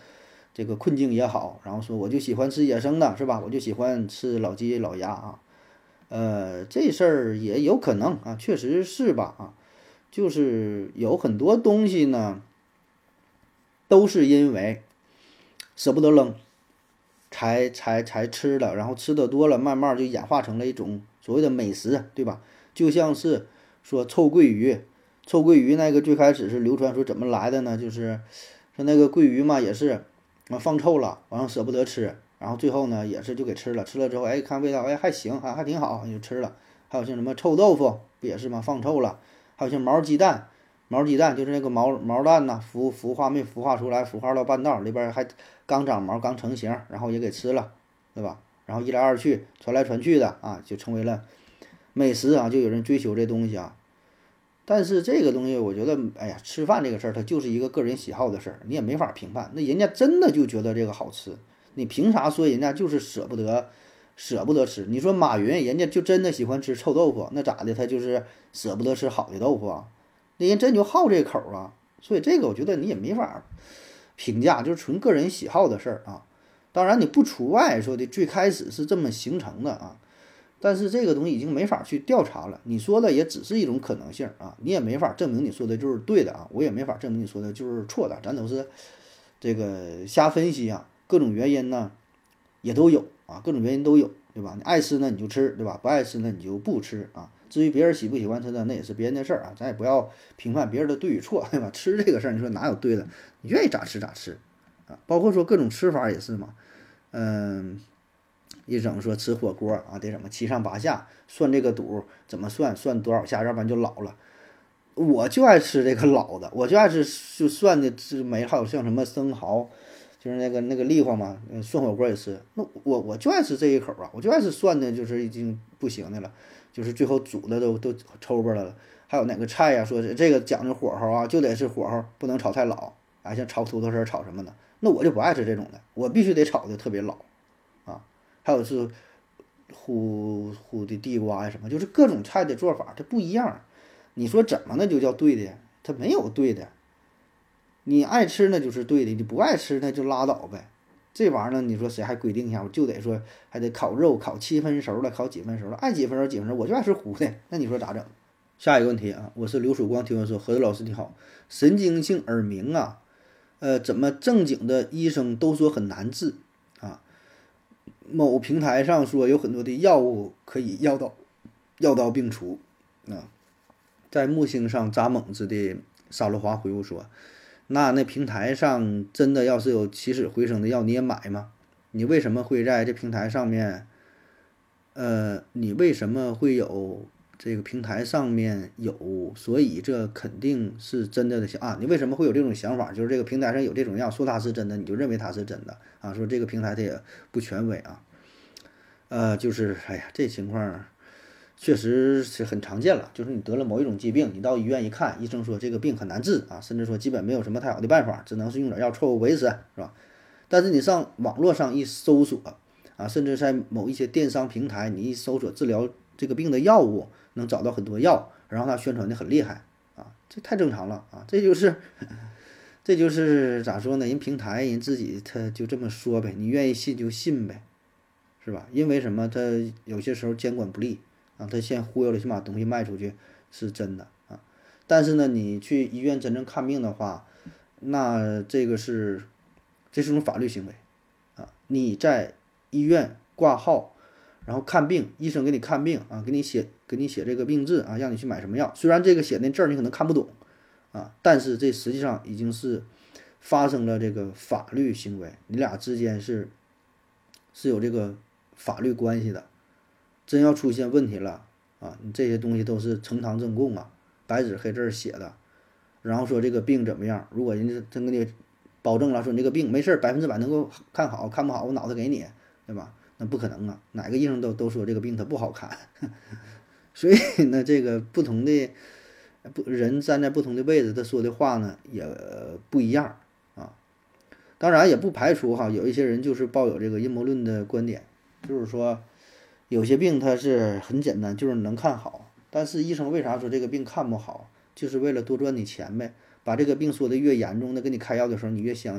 这个困境也好，然后说我就喜欢吃野生的，是吧？我就喜欢吃老鸡老鸭啊，呃，这事儿也有可能啊，确实是吧啊，就是有很多东西呢，都是因为舍不得扔，才才才吃的，然后吃的多了，慢慢就演化成了一种所谓的美食，对吧？就像是说臭鳜鱼，臭鳜鱼那个最开始是流传说怎么来的呢？就是说那个鳜鱼嘛，也是啊放臭了，完了舍不得吃，然后最后呢也是就给吃了，吃了之后哎看味道哎还行啊还挺好就吃了。还有像什么臭豆腐不也是吗？放臭了，还有像毛鸡蛋。毛鸡蛋就是那个毛毛蛋呐，孵孵化没孵化出来，孵化到半道里边还刚长毛刚成型，然后也给吃了，对吧？然后一来二去传来传去的啊，就成为了美食啊，就有人追求这东西啊。但是这个东西，我觉得，哎呀，吃饭这个事儿，它就是一个个人喜好的事儿，你也没法评判。那人家真的就觉得这个好吃，你凭啥说人家就是舍不得，舍不得吃？你说马云，人家就真的喜欢吃臭豆腐，那咋的？他就是舍不得吃好的豆腐啊？那人真就好这口啊。所以这个我觉得你也没法评价，就是纯个人喜好的事儿啊。当然你不除外说的最开始是这么形成的啊。但是这个东西已经没法去调查了，你说的也只是一种可能性啊，你也没法证明你说的就是对的啊，我也没法证明你说的就是错的，咱都是这个瞎分析啊，各种原因呢也都有啊，各种原因都有，对吧？你爱吃呢你就吃，对吧？不爱吃呢你就不吃啊。至于别人喜不喜欢吃的，那也是别人的事儿啊，咱也不要评判别人的对与错，对吧？吃这个事儿，你说哪有对的？你愿意咋吃咋吃啊，包括说各种吃法也是嘛，嗯。一整说吃火锅啊，得怎么七上八下，算这个肚怎么算，算多少下，要不然就老了。我就爱吃这个老的，我就爱吃就涮的是没，还有像什么生蚝，就是那个那个栗黄嘛，涮火锅也吃。那我我就爱吃这一口啊，我就爱吃涮的，就是已经不行的了，就是最后煮的都都抽巴了。还有哪个菜呀、啊？说这个讲究火候啊，就得是火候，不能炒太老。啊，像炒土豆丝、炒什么的，那我就不爱吃这种的，我必须得炒的特别老。还有是烀烀的地瓜呀什么，就是各种菜的做法它不一样。你说怎么那就叫对的？它没有对的。你爱吃那就是对的，你不爱吃那就拉倒呗。这玩意儿呢，你说谁还规定一下？我就得说还得烤肉，烤七分熟了，烤几分熟了，爱几分熟几分熟，我就爱吃糊的。那你说咋整？下一个问题啊，我是刘曙光，提问说：何子老师你好，神经性耳鸣啊，呃，怎么正经的医生都说很难治啊？某平台上说有很多的药物可以药到药到病除啊，在木星上扎猛子的沙罗华回复说，那那平台上真的要是有起死回生的药你也买吗？你为什么会在这平台上面呃你为什么会有这个平台上面有，所以这肯定是真的的想啊！你为什么会有这种想法？就是这个平台上有这种药，说它是真的，你就认为它是真的啊？说这个平台它也不权威啊，呃，就是哎呀，这情况确实是很常见了。就是你得了某一种疾病，你到医院一看，医生说这个病很难治啊，甚至说基本没有什么太好的办法，只能是用点药凑合维持，是吧？但是你上网络上一搜索啊，甚至在某一些电商平台，你一搜索治疗这个病的药物，能找到很多药，然后他宣传的很厉害啊，这太正常了啊，这就是这就是咋说呢？人平台人自己他就这么说呗，你愿意信就信呗，是吧？因为什么？他有些时候监管不力啊，他先忽悠了，先把东西卖出去是真的啊。但是呢，你去医院真正看病的话，那这个是这是种法律行为啊。你在医院挂号，然后看病，医生给你看病啊，给你写给你写这个病字啊，让你去买什么药。虽然这个写那字儿你可能看不懂啊，但是这实际上已经是发生了这个法律行为，你俩之间是是有这个法律关系的。真要出现问题了啊，你这些东西都是呈堂证供啊，白纸黑字写的。然后说这个病怎么样？如果人家真给你保证了，说你这个病没事儿，百分之百能够看好，看不好我脑子给你，对吧？那不可能啊，哪个医生都都说这个病它不好看。所以呢，这个不同的不人站在不同的位置，他说的话呢也不一样啊。当然也不排除哈，有一些人就是抱有这个阴谋论的观点，就是说有些病它是很简单，就是能看好，但是医生为啥说这个病看不好？就是为了多赚你钱呗，把这个病说的越严重的，给你开药的时候你越相信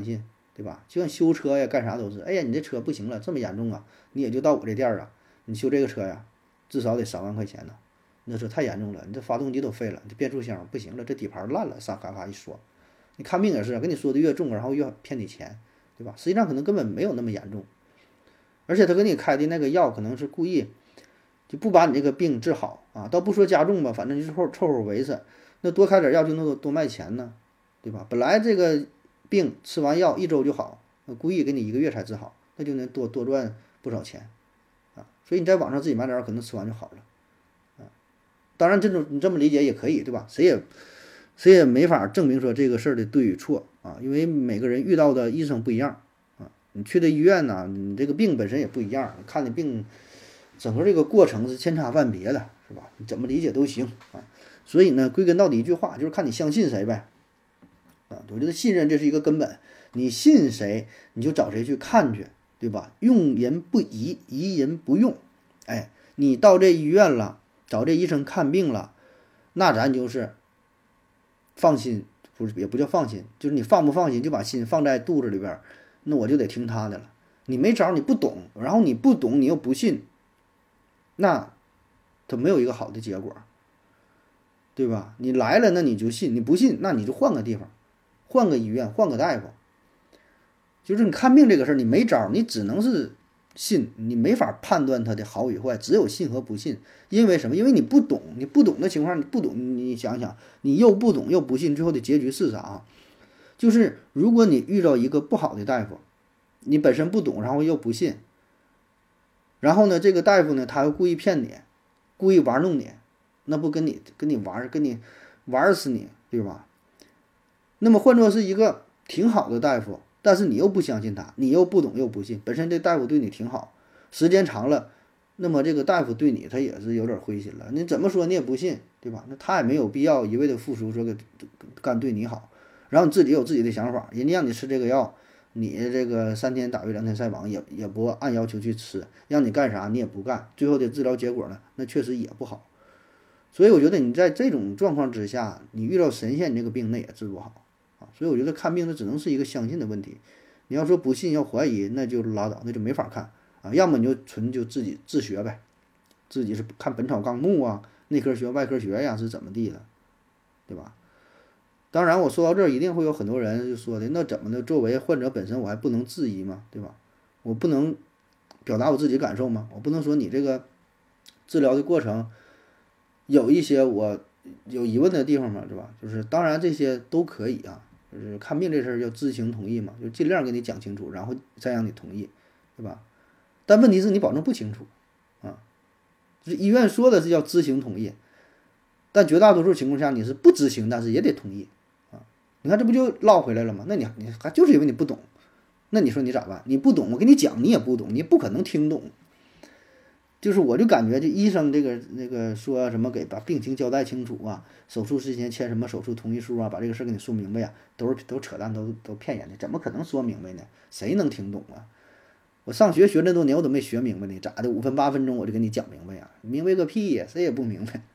对吧？就像修车呀，干啥都是，哎呀，你这车不行了，这么严重啊，你也就到我这店儿啊，你修这个车呀，至少得三万块钱呢，那这太严重了，你这发动机都废了，你这变速箱不行了，这底盘烂了，啥咔咔一说，你看病也是跟你说的越重，然后越骗你钱，对吧？实际上可能根本没有那么严重，而且他给你开的那个药可能是故意就不把你这个病治好啊，倒不说加重吧，反正就是凑凑合维持，那多开点药就能多多卖钱呢，对吧？本来这个病吃完药一周就好，那故意给你一个月才治好，那就能多多赚不少钱啊。所以你在网上自己买点药，可能吃完就好了啊。当然，这种你这么理解也可以，对吧？谁也谁也没法证明说这个事儿的对与错啊，因为每个人遇到的医生不一样啊。你去的医院呢，你这个病本身也不一样，看的病整个这个过程是千差万别的，是吧？你怎么理解都行啊。所以呢，归根到底一句话，就是看你相信谁呗。啊，我觉得信任这是一个根本，你信谁你就找谁去看去，对吧？用人不疑，疑人不用。哎，你到这医院了，找这医生看病了，那咱就是放心，不是也不叫放心，就是你放不放心，就把心放在肚子里边，那我就得听他的了。你没招，你不懂，然后你不懂，你又不信，那他没有一个好的结果，对吧？你来了，那你就信；你不信，那你就换个地方。换个医院，换个大夫，就是你看病这个事儿，你没招，你只能是信，你没法判断它的好与坏，只有信和不信。因为什么？因为你不懂，你不懂的情况，你不懂，你想想，你又不懂又不信，最后的结局是啥啊？就是如果你遇到一个不好的大夫，你本身不懂，然后又不信，然后呢，这个大夫呢，他又故意骗你，故意玩弄你，那不跟你跟你玩，跟你玩死你，对吧？那么换作是一个挺好的大夫，但是你又不相信他，你又不懂又不信，本身这大夫对你挺好，时间长了，那么这个大夫对你他也是有点灰心了。你怎么说你也不信，对吧？那他也没有必要一味的付出，说个干对你好，然后你自己有自己的想法，人家让你吃这个药，你这个三天打鱼两天晒网，也也不按要求去吃，让你干啥你也不干，最后的治疗结果呢，那确实也不好。所以我觉得你在这种状况之下，你遇到神仙，你这个病那也治不好。所以我觉得看病它只能是一个相信的问题，你要说不信要怀疑，那就拉倒，那就没法看啊。要么你就纯就自己自学呗，自己是看《本草纲目》啊，内科学、外科学呀是怎么地的，对吧？当然我说到这儿，一定会有很多人就说的，那怎么的？作为患者本身，我还不能质疑吗？对吧？我不能表达我自己感受吗？我不能说你这个治疗的过程有一些我有疑问的地方嘛，对吧？就是当然这些都可以啊。就是看病这事儿要知情同意嘛，就尽量给你讲清楚，然后再让你同意，对吧？但问题是你保证不清楚啊，就是医院说的是要知情同意，但绝大多数情况下你是不知情，但是也得同意啊。你看这不就唠回来了吗？那你你还就是因为你不懂，那你说你咋办？你不懂，我跟你讲你也不懂，你不可能听懂。就是我就感觉这医生这个那个说什么给把病情交代清楚啊，手术之前签什么手术同意书啊，把这个事儿给你说明白呀，都是都扯淡，都都骗人的，怎么可能说明白呢？谁能听懂啊？我上学学这么多年，我都没学明白呢，咋的？五分八分钟我就给你讲明白呀？明白个屁呀！谁也不明白。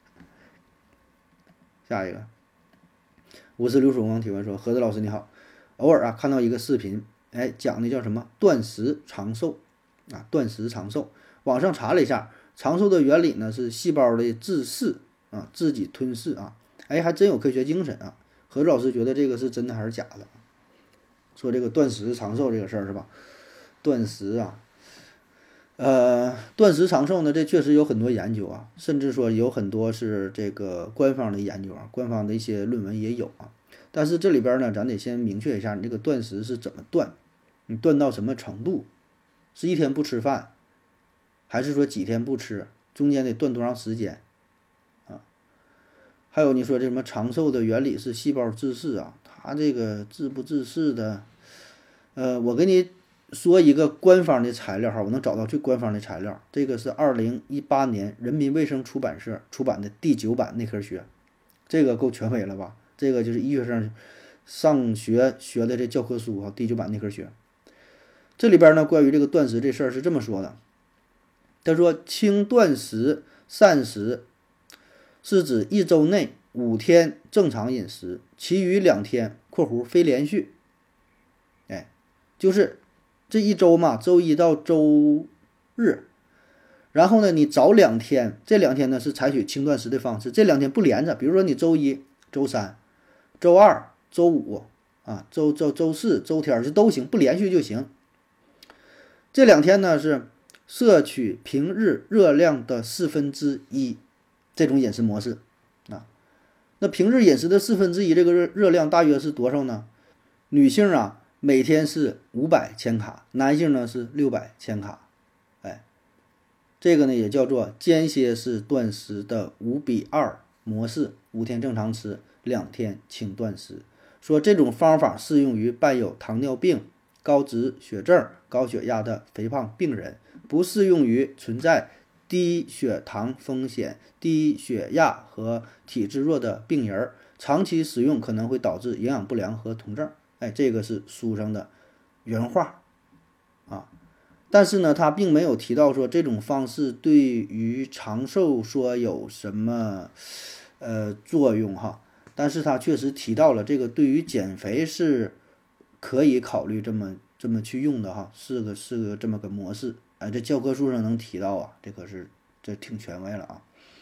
下一个，五十六曙光提问说：何子老师你好，偶尔啊看到一个视频，哎，讲的叫什么断食长寿啊，断食长寿。网上查了一下，长寿的原理呢是细胞的自噬啊，自己吞噬啊，哎，还真有科学精神啊。何子老师觉得这个是真的还是假的？说这个断食长寿这个事儿是吧？断食啊，呃，断食长寿呢，这确实有很多研究啊，甚至说有很多是这个官方的研究啊，官方的一些论文也有啊。但是这里边呢，咱得先明确一下，你这个断食是怎么断，你断到什么程度？是一天不吃饭？还是说几天不吃，中间得断多长时间啊？还有你说这什么长寿的原理是细胞自噬啊？它这个自不自噬的，呃，我给你说一个官方的材料哈，我能找到最官方的材料，这个是二零一八年人民卫生出版社出版的第九版内科学，这个够权威了吧？这个就是医学生上学学的这教科书哈，第九版内科学。这里边呢，关于这个断食这事儿是这么说的。他说轻断食膳食是指一周内五天正常饮食，其余两天（括弧非连续），哎， 就是这一周嘛，周一到周日，然后呢，你早两天，这两天呢是采取轻断食的方式，这两天不连着，比如说你周一、周三、周二、周五啊，周周周四、周天就都行，不连续就行。这两天呢是摄取平日热量的四分之一，这种饮食模式啊。那平日饮食的四分之一，这个热热量大约是多少呢？女性啊，每天是五百千卡，男性呢是六百千卡。哎，这个呢也叫做间歇式断食的五比二模式，五天正常吃，两天轻断食。说这种方法适用于伴有糖尿病、高脂血症、高血压的肥胖病人，不适用于存在低血糖风险、低血压和体质弱的病人，长期使用可能会导致营养不良和酮症。哎，这个是书上的原话啊。但是呢，他并没有提到说这种方式对于长寿说有什么呃作用哈。但是他确实提到了这个对于减肥是可以考虑这么这么去用的哈，是个是个这么个模式。哎，这教科书上能提到啊，这可是这挺权威了啊。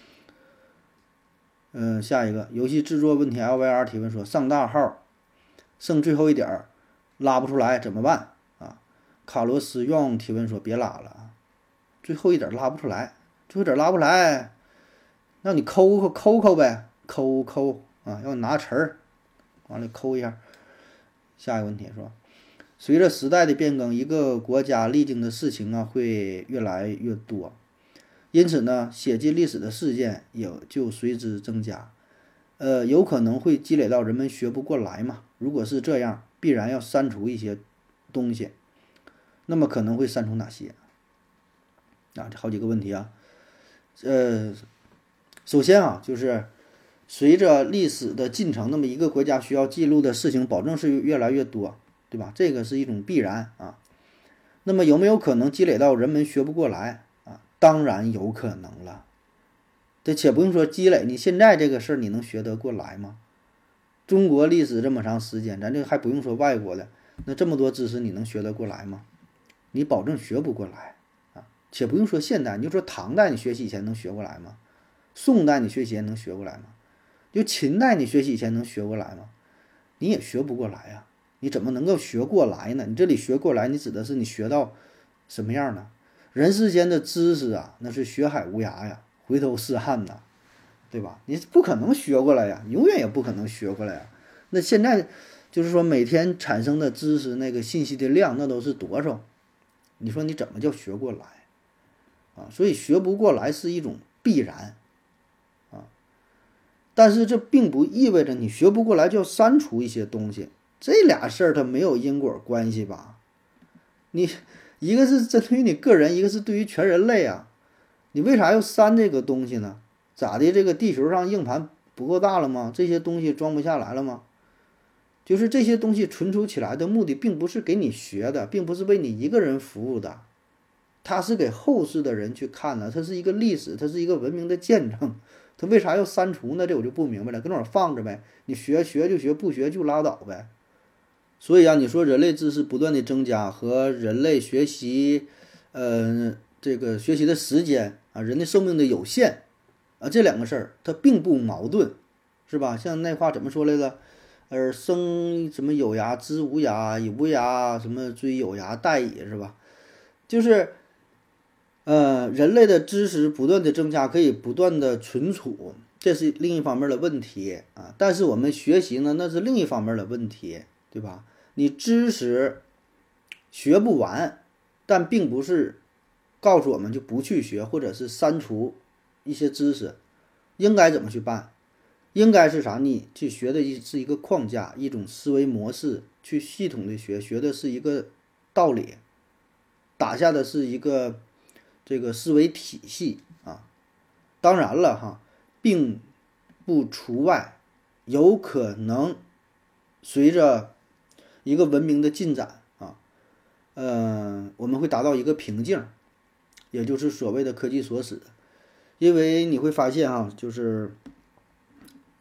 嗯、呃，下一个游戏制作问题 L V R 提问说，上大号剩最后一点儿拉不出来怎么办啊？卡罗斯用提问说，别拉了啊，最后一点拉不出来，最后一点拉不出来，让你抠抠抠抠呗，抠抠啊，要拿词儿，完了抠一下。下一个问题说，随着时代的变更，一个国家历经的事情啊会越来越多，因此呢，写进历史的事件也就随之增加。呃，有可能会积累到人们学不过来嘛。如果是这样，必然要删除一些东西。那么可能会删除哪些？啊，这好几个问题啊。呃，首先啊，就是随着历史的进程，那么一个国家需要记录的事情，保证是越来越多，对吧？这个是一种必然啊。那么有没有可能积累到人们学不过来啊？当然有可能了。这且不用说积累，你现在这个事儿你能学得过来吗？中国历史这么长时间，咱这还不用说外国的，那这么多知识你能学得过来吗？你保证学不过来啊！且不用说现代，你就说唐代你学习以前能学过来吗？宋代你学习以前能学过来吗？就秦代你学习以前能学过来吗？你也学不过来呀、啊！你怎么能够学过来呢？你这里学过来，你指的是你学到什么样呢？人世间的知识啊，那是学海无涯呀，回头是岸呐，对吧？你不可能学过来呀，永远也不可能学过来呀。那现在就是说每天产生的知识那个信息的量，那都是多少？你说你怎么叫学过来啊？所以学不过来是一种必然啊，但是这并不意味着你学不过来就要删除一些东西，这俩事儿它没有因果关系吧？你一个是针对于你个人，一个是对于全人类啊，你为啥要删这个东西呢？咋的？这个地球上硬盘不够大了吗？这些东西装不下来了吗？就是这些东西存储起来的目的，并不是给你学的，并不是为你一个人服务的，它是给后世的人去看的，它是一个历史，它是一个文明的见证。它为啥要删除呢？这我就不明白了，搁那儿放着呗，你学学就学，不学就拉倒呗。所以啊，你说人类知识不断的增加和人类学习，呃，这个学习的时间啊，人的寿命的有限啊，这两个事儿它并不矛盾，是吧？像那话怎么说来着？而生什么有涯知无涯，以无涯什么追有涯殆矣，是吧？就是呃，人类的知识不断的增加，可以不断的存储，这是另一方面的问题啊。但是我们学习呢，那是另一方面的问题，对吧？你知识学不完，但并不是告诉我们就不去学，或者是删除一些知识，应该怎么去办？应该是啥？你去学的是一个框架，一种思维模式，去系统的学，学的是一个道理，打下的是一个这个思维体系啊。当然了哈，并不除外，有可能随着一个文明的进展啊，呃，我们会达到一个瓶颈，也就是所谓的科技锁死。因为你会发现哈，就是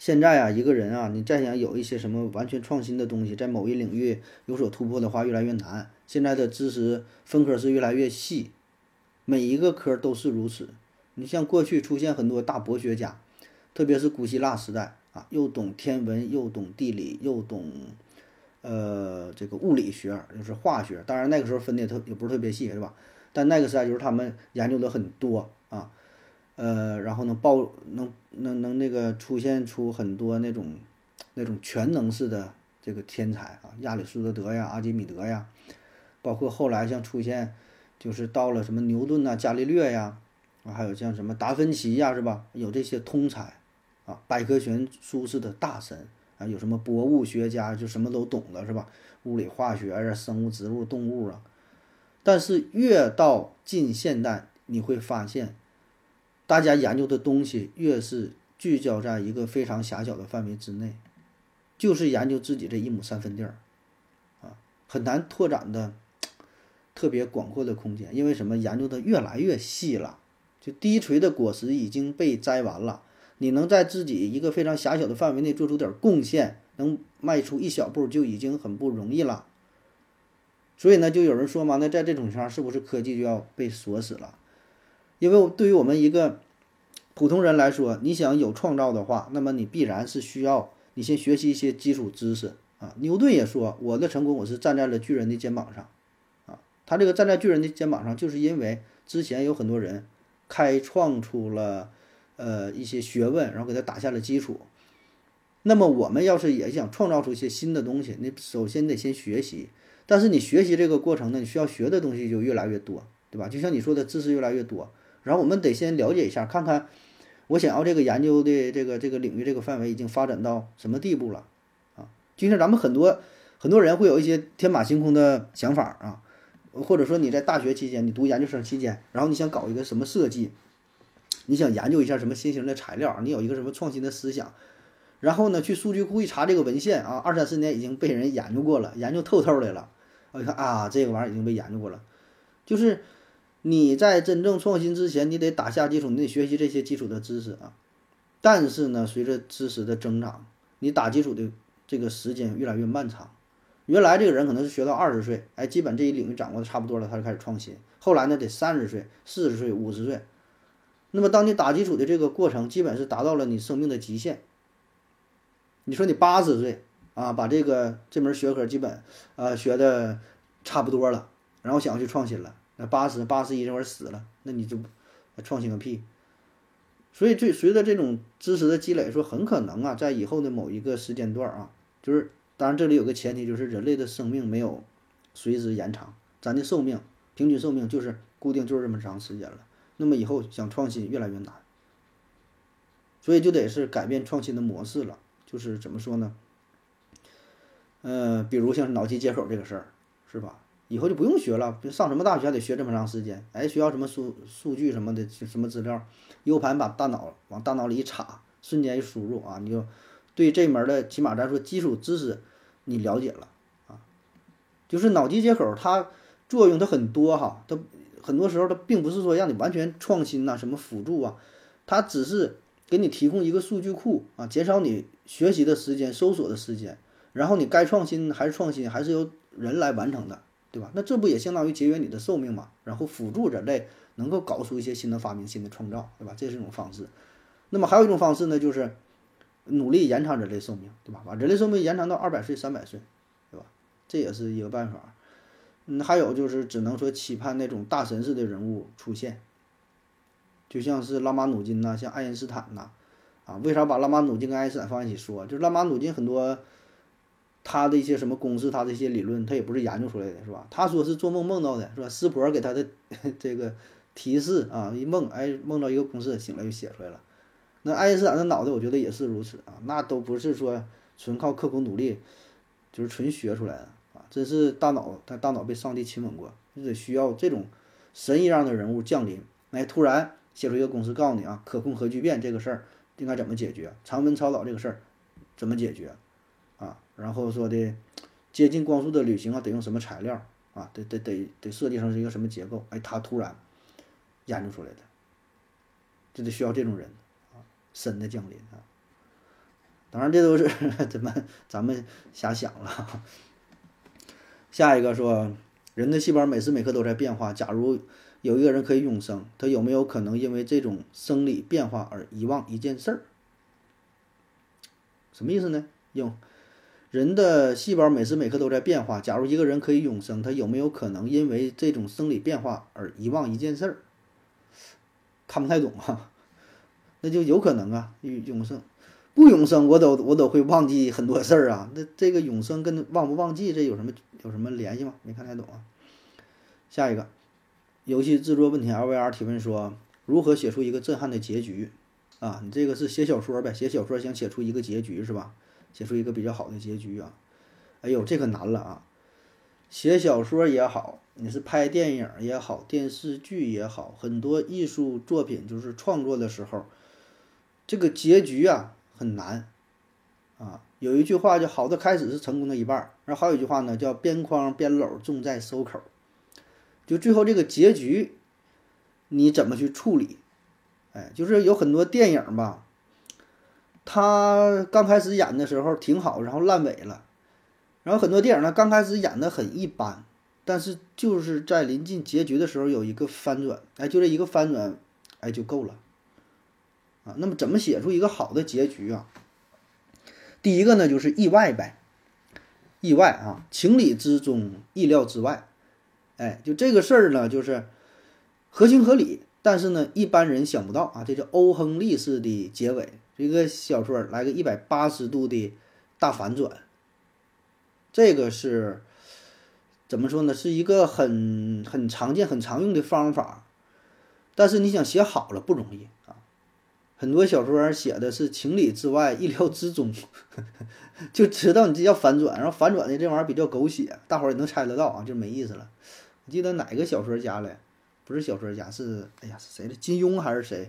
现在啊，一个人啊，你再想有一些什么完全创新的东西，在某一领域有所突破的话，越来越难。现在的知识分科是越来越细，每一个科都是如此。你像过去出现很多大博学家，特别是古希腊时代啊，又懂天文，又懂地理，又懂呃这个物理学，就是化学。当然那个时候分的也特也不是特别细，是吧？但那个时代就是他们研究的很多啊，呃，然后能爆能能能那个出现出很多那种那种全能式的这个天才啊，亚里士多德呀、阿基米德呀，包括后来像出现就是到了什么牛顿呐、伽利略呀，啊，还有像什么达芬奇呀，是吧？有这些通才啊，百科全书式的大神啊，有什么博物学家就什么都懂了，是吧？物理、化学呀、生物、植物、动物啊。但是越到近现代，你会发现，大家研究的东西越是聚焦在一个非常狭小的范围之内，就是研究自己这一亩三分地儿啊，很难拓展的特别广阔的空间。因为什么？研究的越来越细了，就低垂的果实已经被摘完了，你能在自己一个非常狭小的范围内做出点贡献，能迈出一小步就已经很不容易了。所以呢，就有人说嘛，那在这种情况下，是不是科技就要被锁死了？因为对于我们一个普通人来说，你想有创造的话，那么你必然是需要你先学习一些基础知识啊。牛顿也说，我的成功我是站在了巨人的肩膀上啊。他这个站在巨人的肩膀上，就是因为之前有很多人开创出了呃一些学问，然后给他打下了基础。那么我们要是也想创造出一些新的东西，你首先得先学习。但是你学习这个过程呢，你需要学的东西就越来越多，对吧？就像你说的，知识越来越多，然后我们得先了解一下，看看我想要这个研究的这个这个领域这个范围已经发展到什么地步了啊？就像咱们很多很多人会有一些天马行空的想法啊，或者说你在大学期间，你读研究生期间，然后你想搞一个什么设计，你想研究一下什么新型的材料，你有一个什么创新的思想。然后呢，去数据库一查这个文献啊，二三十年已经被人研究过了，研究透透的了。我一看啊，这个玩意儿已经被研究过了。就是你在真正创新之前，你得打下基础，你得学习这些基础的知识啊。但是呢，随着知识的增长，你打基础的这个时间越来越漫长。原来这个人可能是学到二十岁，哎，基本这一领域掌握的差不多了，他就开始创新。后来呢，得三十岁、四十岁、五十岁。那么当你打基础的这个过程，基本是达到了你生命的极限。你说你八十岁啊，把这个这门学科基本呃学的差不多了，然后想要去创新了，那八十八十一这会儿死了，那你就创新个屁。所以，最随着这种知识的积累，说很可能啊，在以后的某一个时间段啊，就是当然这里有个前提，就是人类的生命没有随之延长，咱的寿命平均寿命就是固定就是这么长时间了。那么以后想创新越来越难，所以就得是改变创新的模式了。就是怎么说呢？呃，比如像脑机接口这个事儿，是吧？以后就不用学了，上什么大学还得学这么长时间？哎，需要什么数数据什么的，什么资料，U 盘把大脑往大脑里一插，瞬间一输入啊，你就对这门的起码咱说基础知识你了解了啊。就是脑机接口它作用它很多哈，它很多时候它并不是说让你完全创新呐、啊，什么辅助啊，它只是给你提供一个数据库啊，减少你学习的时间、搜索的时间，然后你该创新还是创新，还是由人来完成的，对吧？那这不也相当于节约你的寿命嘛？然后辅助人类能够搞出一些新的发明、新的创造，对吧？这是一种方式。那么还有一种方式呢，就是努力延长人类寿命，对吧？把人类寿命延长到二百岁、三百岁，对吧？这也是一个办法。嗯，还有就是只能说期盼那种大神式的人物出现。就像是拉马努金呐，像爱因斯坦呐，啊，为啥把拉马努金跟爱因斯坦放一起说？就是拉马努金很多他的一些什么公式，他的一些理论，他也不是研究出来的，是吧？他说是做梦梦到的，是吧？师婆给他的这个提示啊，一梦，哎，梦到一个公式，醒了就写出来了。那爱因斯坦的脑袋，我觉得也是如此啊，那都不是说纯靠刻苦努力，就是纯学出来的啊，真是大脑，他大脑被上帝亲吻过，就得需要这种神一样的人物降临，哎，突然写出一个公式，告诉你啊，可控核聚变这个事儿应该怎么解决，常温超导这个事儿怎么解决啊？然后说的接近光速的旅行啊，得用什么材料啊？得得得得设计成是一个什么结构？哎，他突然研究出来的，就得需要这种人啊，神的降临啊。 当然这都是怎么咱们瞎想了。下一个说，人的细胞每时每刻都在变化，假如有一个人可以永生，他有没有可能因为这种生理变化而遗忘一件事儿？什么意思呢？用人的细胞每时每刻都在变化，假如一个人可以永生，他有没有可能因为这种生理变化而遗忘一件事儿？看不太懂啊。那就有可能啊，永生不永生，我都我都会忘记很多事儿啊。那这个永生跟忘不忘记这有什么有什么联系吗？没看太懂啊。下一个，游戏制作问题 L V R 提问说，如何写出一个震撼的结局啊？你这个是写小说呗？写小说想写出一个结局是吧？写出一个比较好的结局啊。哎呦，这可难了啊！写小说也好，你是拍电影也好，电视剧也好，很多艺术作品就是创作的时候，这个结局啊很难啊。有一句话叫好的开始是成功的一半，然后还有一句话呢叫边框边篓重在收口，就最后这个结局你怎么去处理？哎，就是有很多电影吧，他刚开始演的时候挺好，然后烂尾了。然后很多电影呢，刚开始演的很一般，但是就是在临近结局的时候有一个翻转，哎，就这一个翻转，哎就够了啊。那么怎么写出一个好的结局啊？第一个呢就是意外呗，意外啊，情理之中，意料之外，哎，就这个事儿呢，就是合情合理，但是呢一般人想不到啊，这叫欧亨利式的结尾，这个小说来个一百八十度的大反转。这个是怎么说呢？是一个很很常见、很常用的方法，但是你想写好了不容易啊。很多小说写的是情理之外、意料之中，就知道你这叫反转，然后反转的这玩意儿比较狗血，大伙儿也能猜得到啊，就没意思了。我记得哪个小说家来，不是小说家，是哎呀是谁的？金庸还是谁？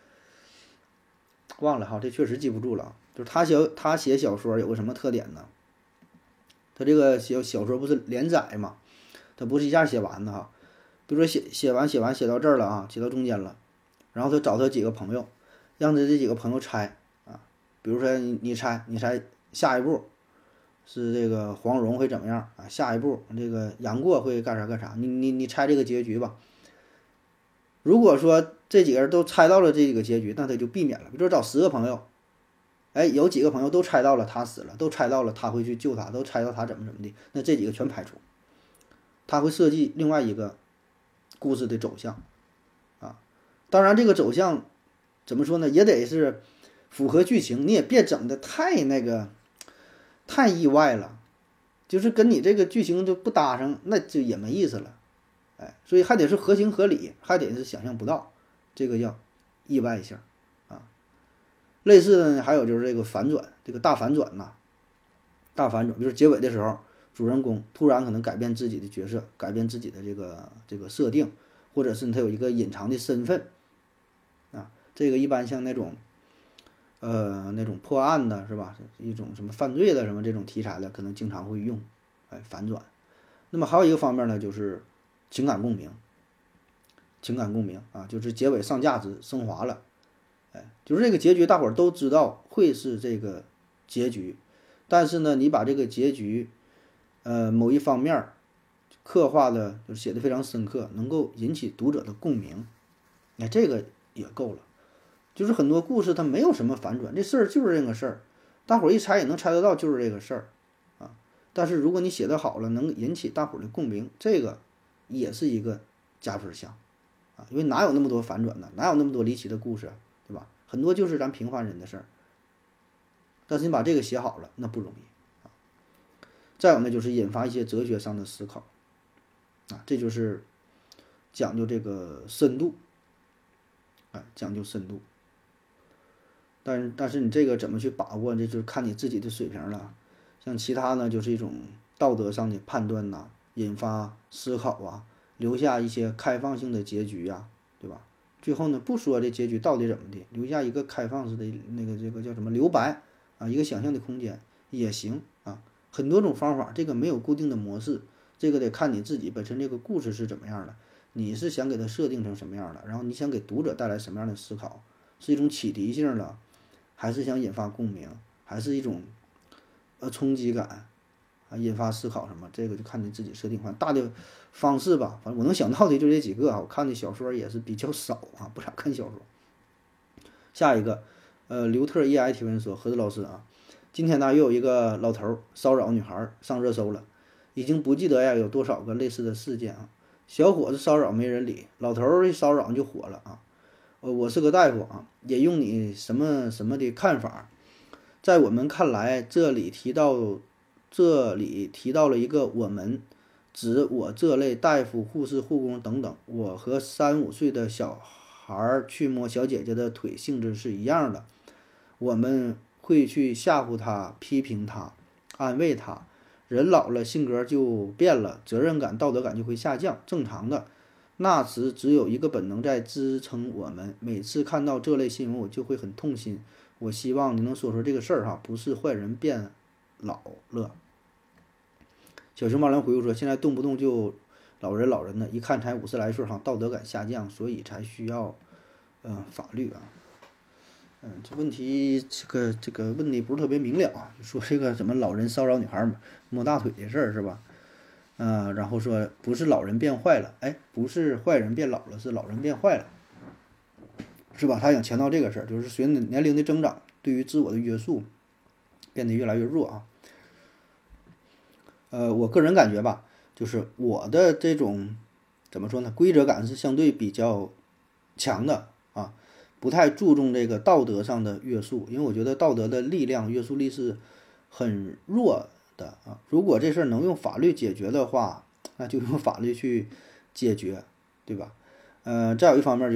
忘了哈，这确实记不住了。就是他写他写小说有个什么特点呢？他这个写小说不是连载嘛，他不是一下写完的哈。比如说写写完写完写到这儿了啊，写到中间了，然后他找他几个朋友，让他这几个朋友猜啊，比如说你你猜你猜下一步是这个黄蓉会怎么样啊？下一步这个杨过会干啥干啥？你你你猜这个结局吧。如果说这几个人都猜到了这几个结局，那他就避免了。比如说找十个朋友。哎，有几个朋友都猜到了他死了，都猜到了他会去救他，都猜到他怎么怎么的，那这几个全排除。他会设计另外一个故事的走向啊，当然这个走向怎么说呢，也得是符合剧情，你也别整的太那个太意外了，就是跟你这个剧情就不搭上，那就也没意思了。哎，所以还得是合情合理，还得是想象不到，这个叫意外性。类似的呢，还有就是这个反转，这个大反转呐，大反转，比如结尾的时候，主人公突然可能改变自己的角色，改变自己的这个这个设定，或者是他有一个隐藏的身份啊。这个一般像那种，呃，那种破案的是吧？一种什么犯罪的什么这种题材的，可能经常会用，哎，反转。那么还有一个方面呢，就是情感共鸣，情感共鸣啊，就是结尾上价值升华了。哎，就是这个结局，大伙儿都知道会是这个结局，但是呢，你把这个结局，呃，某一方面刻画的就写的非常深刻，能够引起读者的共鸣，那这个也够了。就是很多故事它没有什么反转，这事儿就是这个事儿，大伙儿一猜也能猜得到就是这个事儿啊。但是如果你写得好了，能引起大伙儿的共鸣，这个也是一个加分项啊，因为哪有那么多反转呢？哪有那么多离奇的故事啊？对吧？很多就是咱平凡人的事儿，但是你把这个写好了，那不容易啊。再有呢，就是引发一些哲学上的思考啊，这就是讲究这个深度，啊，讲究深度。但是但是你这个怎么去把握，这就是看你自己的水平了。像其他呢，就是一种道德上的判断呐，引发思考啊，留下一些开放性的结局呀，对吧？最后呢，不说这结局到底怎么的，留下一个开放式的那个这个叫什么留白啊，一个想象的空间也行啊，很多种方法，这个没有固定的模式，这个得看你自己本身这个故事是怎么样的，你是想给它设定成什么样的，然后你想给读者带来什么样的思考，是一种启迪性的，还是想引发共鸣， 还是一种呃冲击感啊，引发思考什么，这个就看你自己设定。反正大的方式吧，反正我能想到的就这几个啊。我看的小说也是比较少啊，不咋看小说。下一个，呃，刘特 E I 提问说，何子老师啊，今天呢又有一个老头骚扰女孩上热搜了，已经不记得呀有多少个类似的事件啊。小伙子骚扰没人理，老头一骚扰就火了啊。呃，我是个大夫啊，也用你什么什么的看法。在我们看来，这里提到这里提到了一个我们，指我这类大夫、护士、护工等等。我和三五岁的小孩儿去摸小姐姐的腿，性质是一样的。我们会去吓唬她、批评她、安慰她。人老了，性格就变了，责任感、道德感就会下降，正常的。那时只有一个本能在支撑我们。每次看到这类新闻，我就会很痛心。我希望你能说说这个事儿哈，不是坏人变老了。小熊猫人回复说，现在动不动就老人老人的，一看才五十来岁哈，道德感下降，所以才需要嗯、呃、法律啊。嗯，这问题这个这个问题不是特别明了啊，就说这个什么老人骚扰女孩摸大腿的事儿是吧？啊、呃，然后说不是老人变坏了，哎，不是坏人变老了，是老人变坏了，是吧？他想强调这个事儿，就是随着年龄的增长，对于自我的约束变得越来越弱啊。呃，我个人感觉吧，就是我的这种怎么说呢，规则感是相对比较强的啊，不太注重这个道德上的约束，因为我觉得道德的力量约束力是很弱的啊。如果这事儿能用法律解决的话，那就用法律去解决，对吧？呃，再有一方面就是，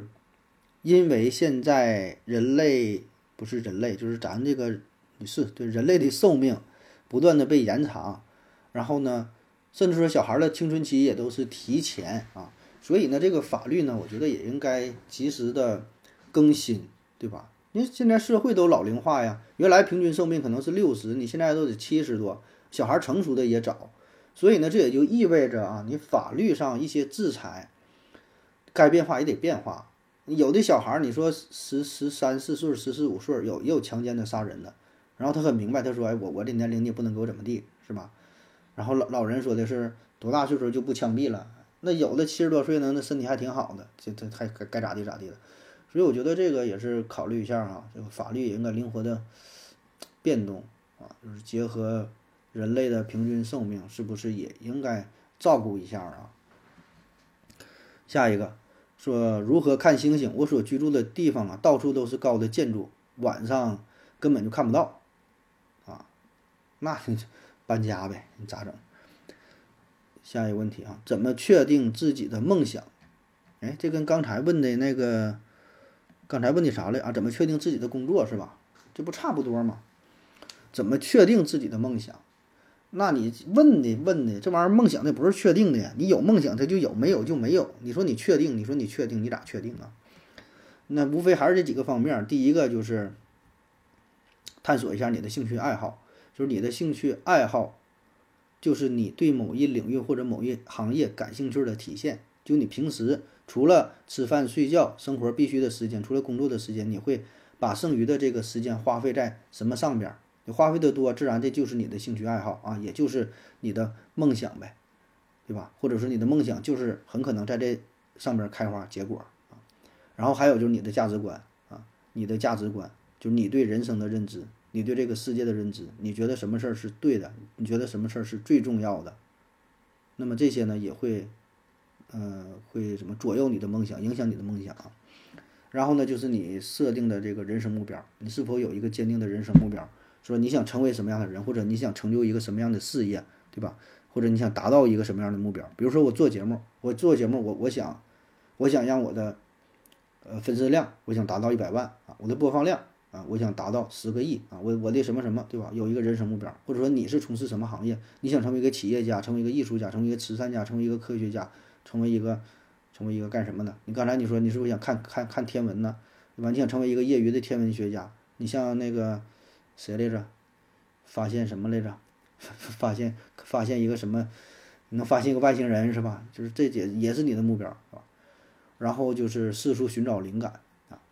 因为现在人类不是人类，就是咱这个是对人类的寿命不断的被延长，然后呢，甚至说小孩的青春期也都是提前啊，所以呢，这个法律呢，我觉得也应该及时的更新，对吧？因为现在社会都老龄化呀，原来平均寿命可能是六十，你现在都得七十多，小孩成熟的也早，所以呢，这也就意味着啊，你法律上一些制裁该变化也得变化。有的小孩你说十十三四岁、十四五岁，有也有强奸的、杀人的，然后他很明白，他说：“哎，我我这年龄你也不能给我怎么地，是吧？”然后老老人说的是多大岁数就不枪毙了，那有的七十多岁呢，那身体还挺好的，这这还该该咋地咋地的。所以我觉得这个也是考虑一下哈，这个法律也应该灵活的变动啊，就是结合人类的平均寿命，是不是也应该照顾一下啊？下一个说如何看星星？我所居住的地方啊，到处都是高的建筑，晚上根本就看不到啊，那搬家呗，你咋整？下一个问题啊，怎么确定自己的梦想？哎，这跟刚才问的那个。刚才问的啥了啊？怎么确定自己的工作是吧？这不差不多吗？怎么确定自己的梦想？那你问的问的这玩意儿，梦想那不是确定的呀。你有梦想它就有，没有就没有。你说你确定？你说你确定？你咋确定啊？那无非还是这几个方面。第一个就是探索一下你的兴趣爱好，就是你的兴趣爱好就是你对某一领域或者某一行业感兴趣的体现。就你平时除了吃饭睡觉生活必须的时间，除了工作的时间，你会把剩余的这个时间花费在什么上边？你花费的多，自然这就是你的兴趣爱好啊，也就是你的梦想呗，对吧？或者说你的梦想就是很可能在这上边开花结果啊。然后还有就是你的价值观啊，你的价值观就是你对人生的认知，你对这个世界的认知，你觉得什么事儿是对的，你觉得什么事儿是最重要的，那么这些呢也会。呃，会什么左右你的梦想，影响你的梦想啊？然后呢，就是你设定的这个人生目标，你是否有一个坚定的人生目标？说你想成为什么样的人，或者你想成就一个什么样的事业，对吧？或者你想达到一个什么样的目标？比如说我做节目，我做节目，我我想，我想让我的呃粉丝量，我想达到一百万啊，我的播放量啊，我想达到十个亿啊，我我的什么什么，对吧？有一个人生目标，或者说你是从事什么行业，你想成为一个企业家，成为一个艺术家，成为一个慈善家，成为一个科学家。成为一个，成为一个干什么的？你刚才你说你是不是想看看看天文呢？对吧？你想成为一个业余的天文学家？你像那个谁来着？发现什么来着？发现发现一个什么？你能发现一个外星人是吧？就是这也也是你的目标是吧？然后就是四处寻找灵感啊，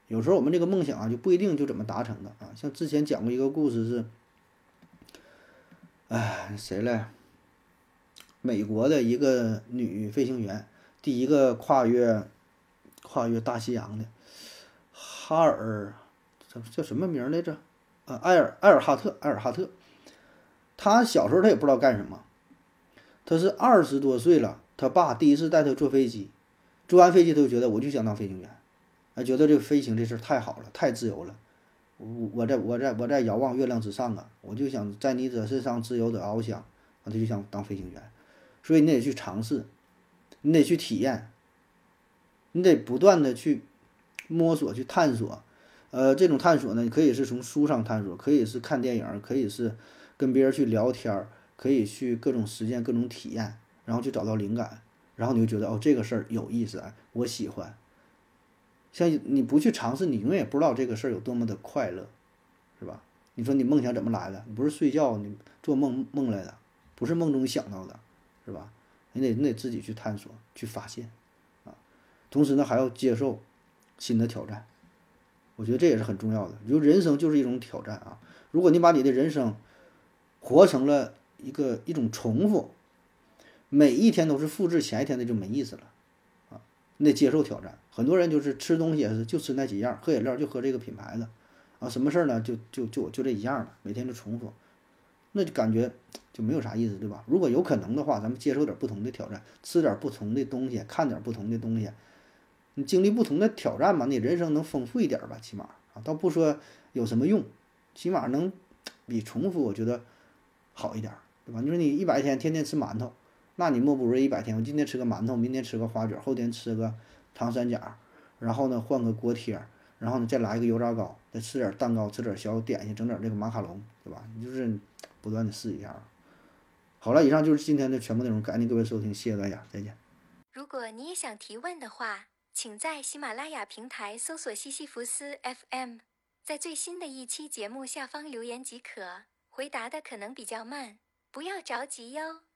有时候我们这个梦想啊，就不一定就怎么达成的啊。像之前讲过一个故事是，哎，谁来？美国的一个女飞行员，第一个跨越跨越大西洋的，哈尔，叫叫什么名来着？啊，埃尔埃尔哈特，埃尔哈特。他小时候他也不知道干什么，他是二十多岁了，他爸第一次带他坐飞机，坐完飞机他就觉得我就想当飞行员，啊，觉得这个飞行这事儿太好了，太自由了。我我在我在我在遥望月亮之上啊，我就想在你者身上自由的翱翔，啊，他就想当飞行员。所以你得去尝试，你得去体验，你得不断的去摸索、去探索。呃，这种探索呢，可以是从书上探索，可以是看电影，可以是跟别人去聊天，可以去各种实践、各种体验，然后去找到灵感，然后你就觉得哦，这个事儿有意思，哎，我喜欢。像你不去尝试，你永远不知道这个事儿有多么的快乐，是吧？你说你梦想怎么来的？你不是睡觉，你做梦梦来的，不是梦中想到的，是吧？你得你得自己去探索，去发现啊。同时呢，还要接受新的挑战，我觉得这也是很重要的。就人生就是一种挑战啊。如果你把你的人生活成了一个一种重复，每一天都是复制前一天的，就没意思了啊。你得接受挑战。很多人就是吃东西也是就吃那几样，喝饮料就喝这个品牌的啊，什么事儿呢就就就就这一样了，每天就重复，那就感觉就没有啥意思，对吧？如果有可能的话，咱们接受点不同的挑战，吃点不同的东西，看点不同的东西，你经历不同的挑战嘛，你人生能丰富一点吧，起码啊，倒不说有什么用，起码能比重复我觉得好一点，对吧？你说你一百天天天吃馒头，那你莫不如一百天，我今天吃个馒头，明天吃个花卷，后天吃个糖三角，然后呢换个锅贴，然后呢再来一个油炸糕，再吃点蛋糕，吃点小点心，整点这个马卡龙，对吧？你就是不断的试一下。好了，以上就是今天的全部内容，感谢各位收听，谢谢大家，再见。 如果你也想提问的话，请在喜马拉雅平台搜索西西弗斯 F M， 在最新的一期节目下方留言即可，回答的可能比较慢，不要着急哟。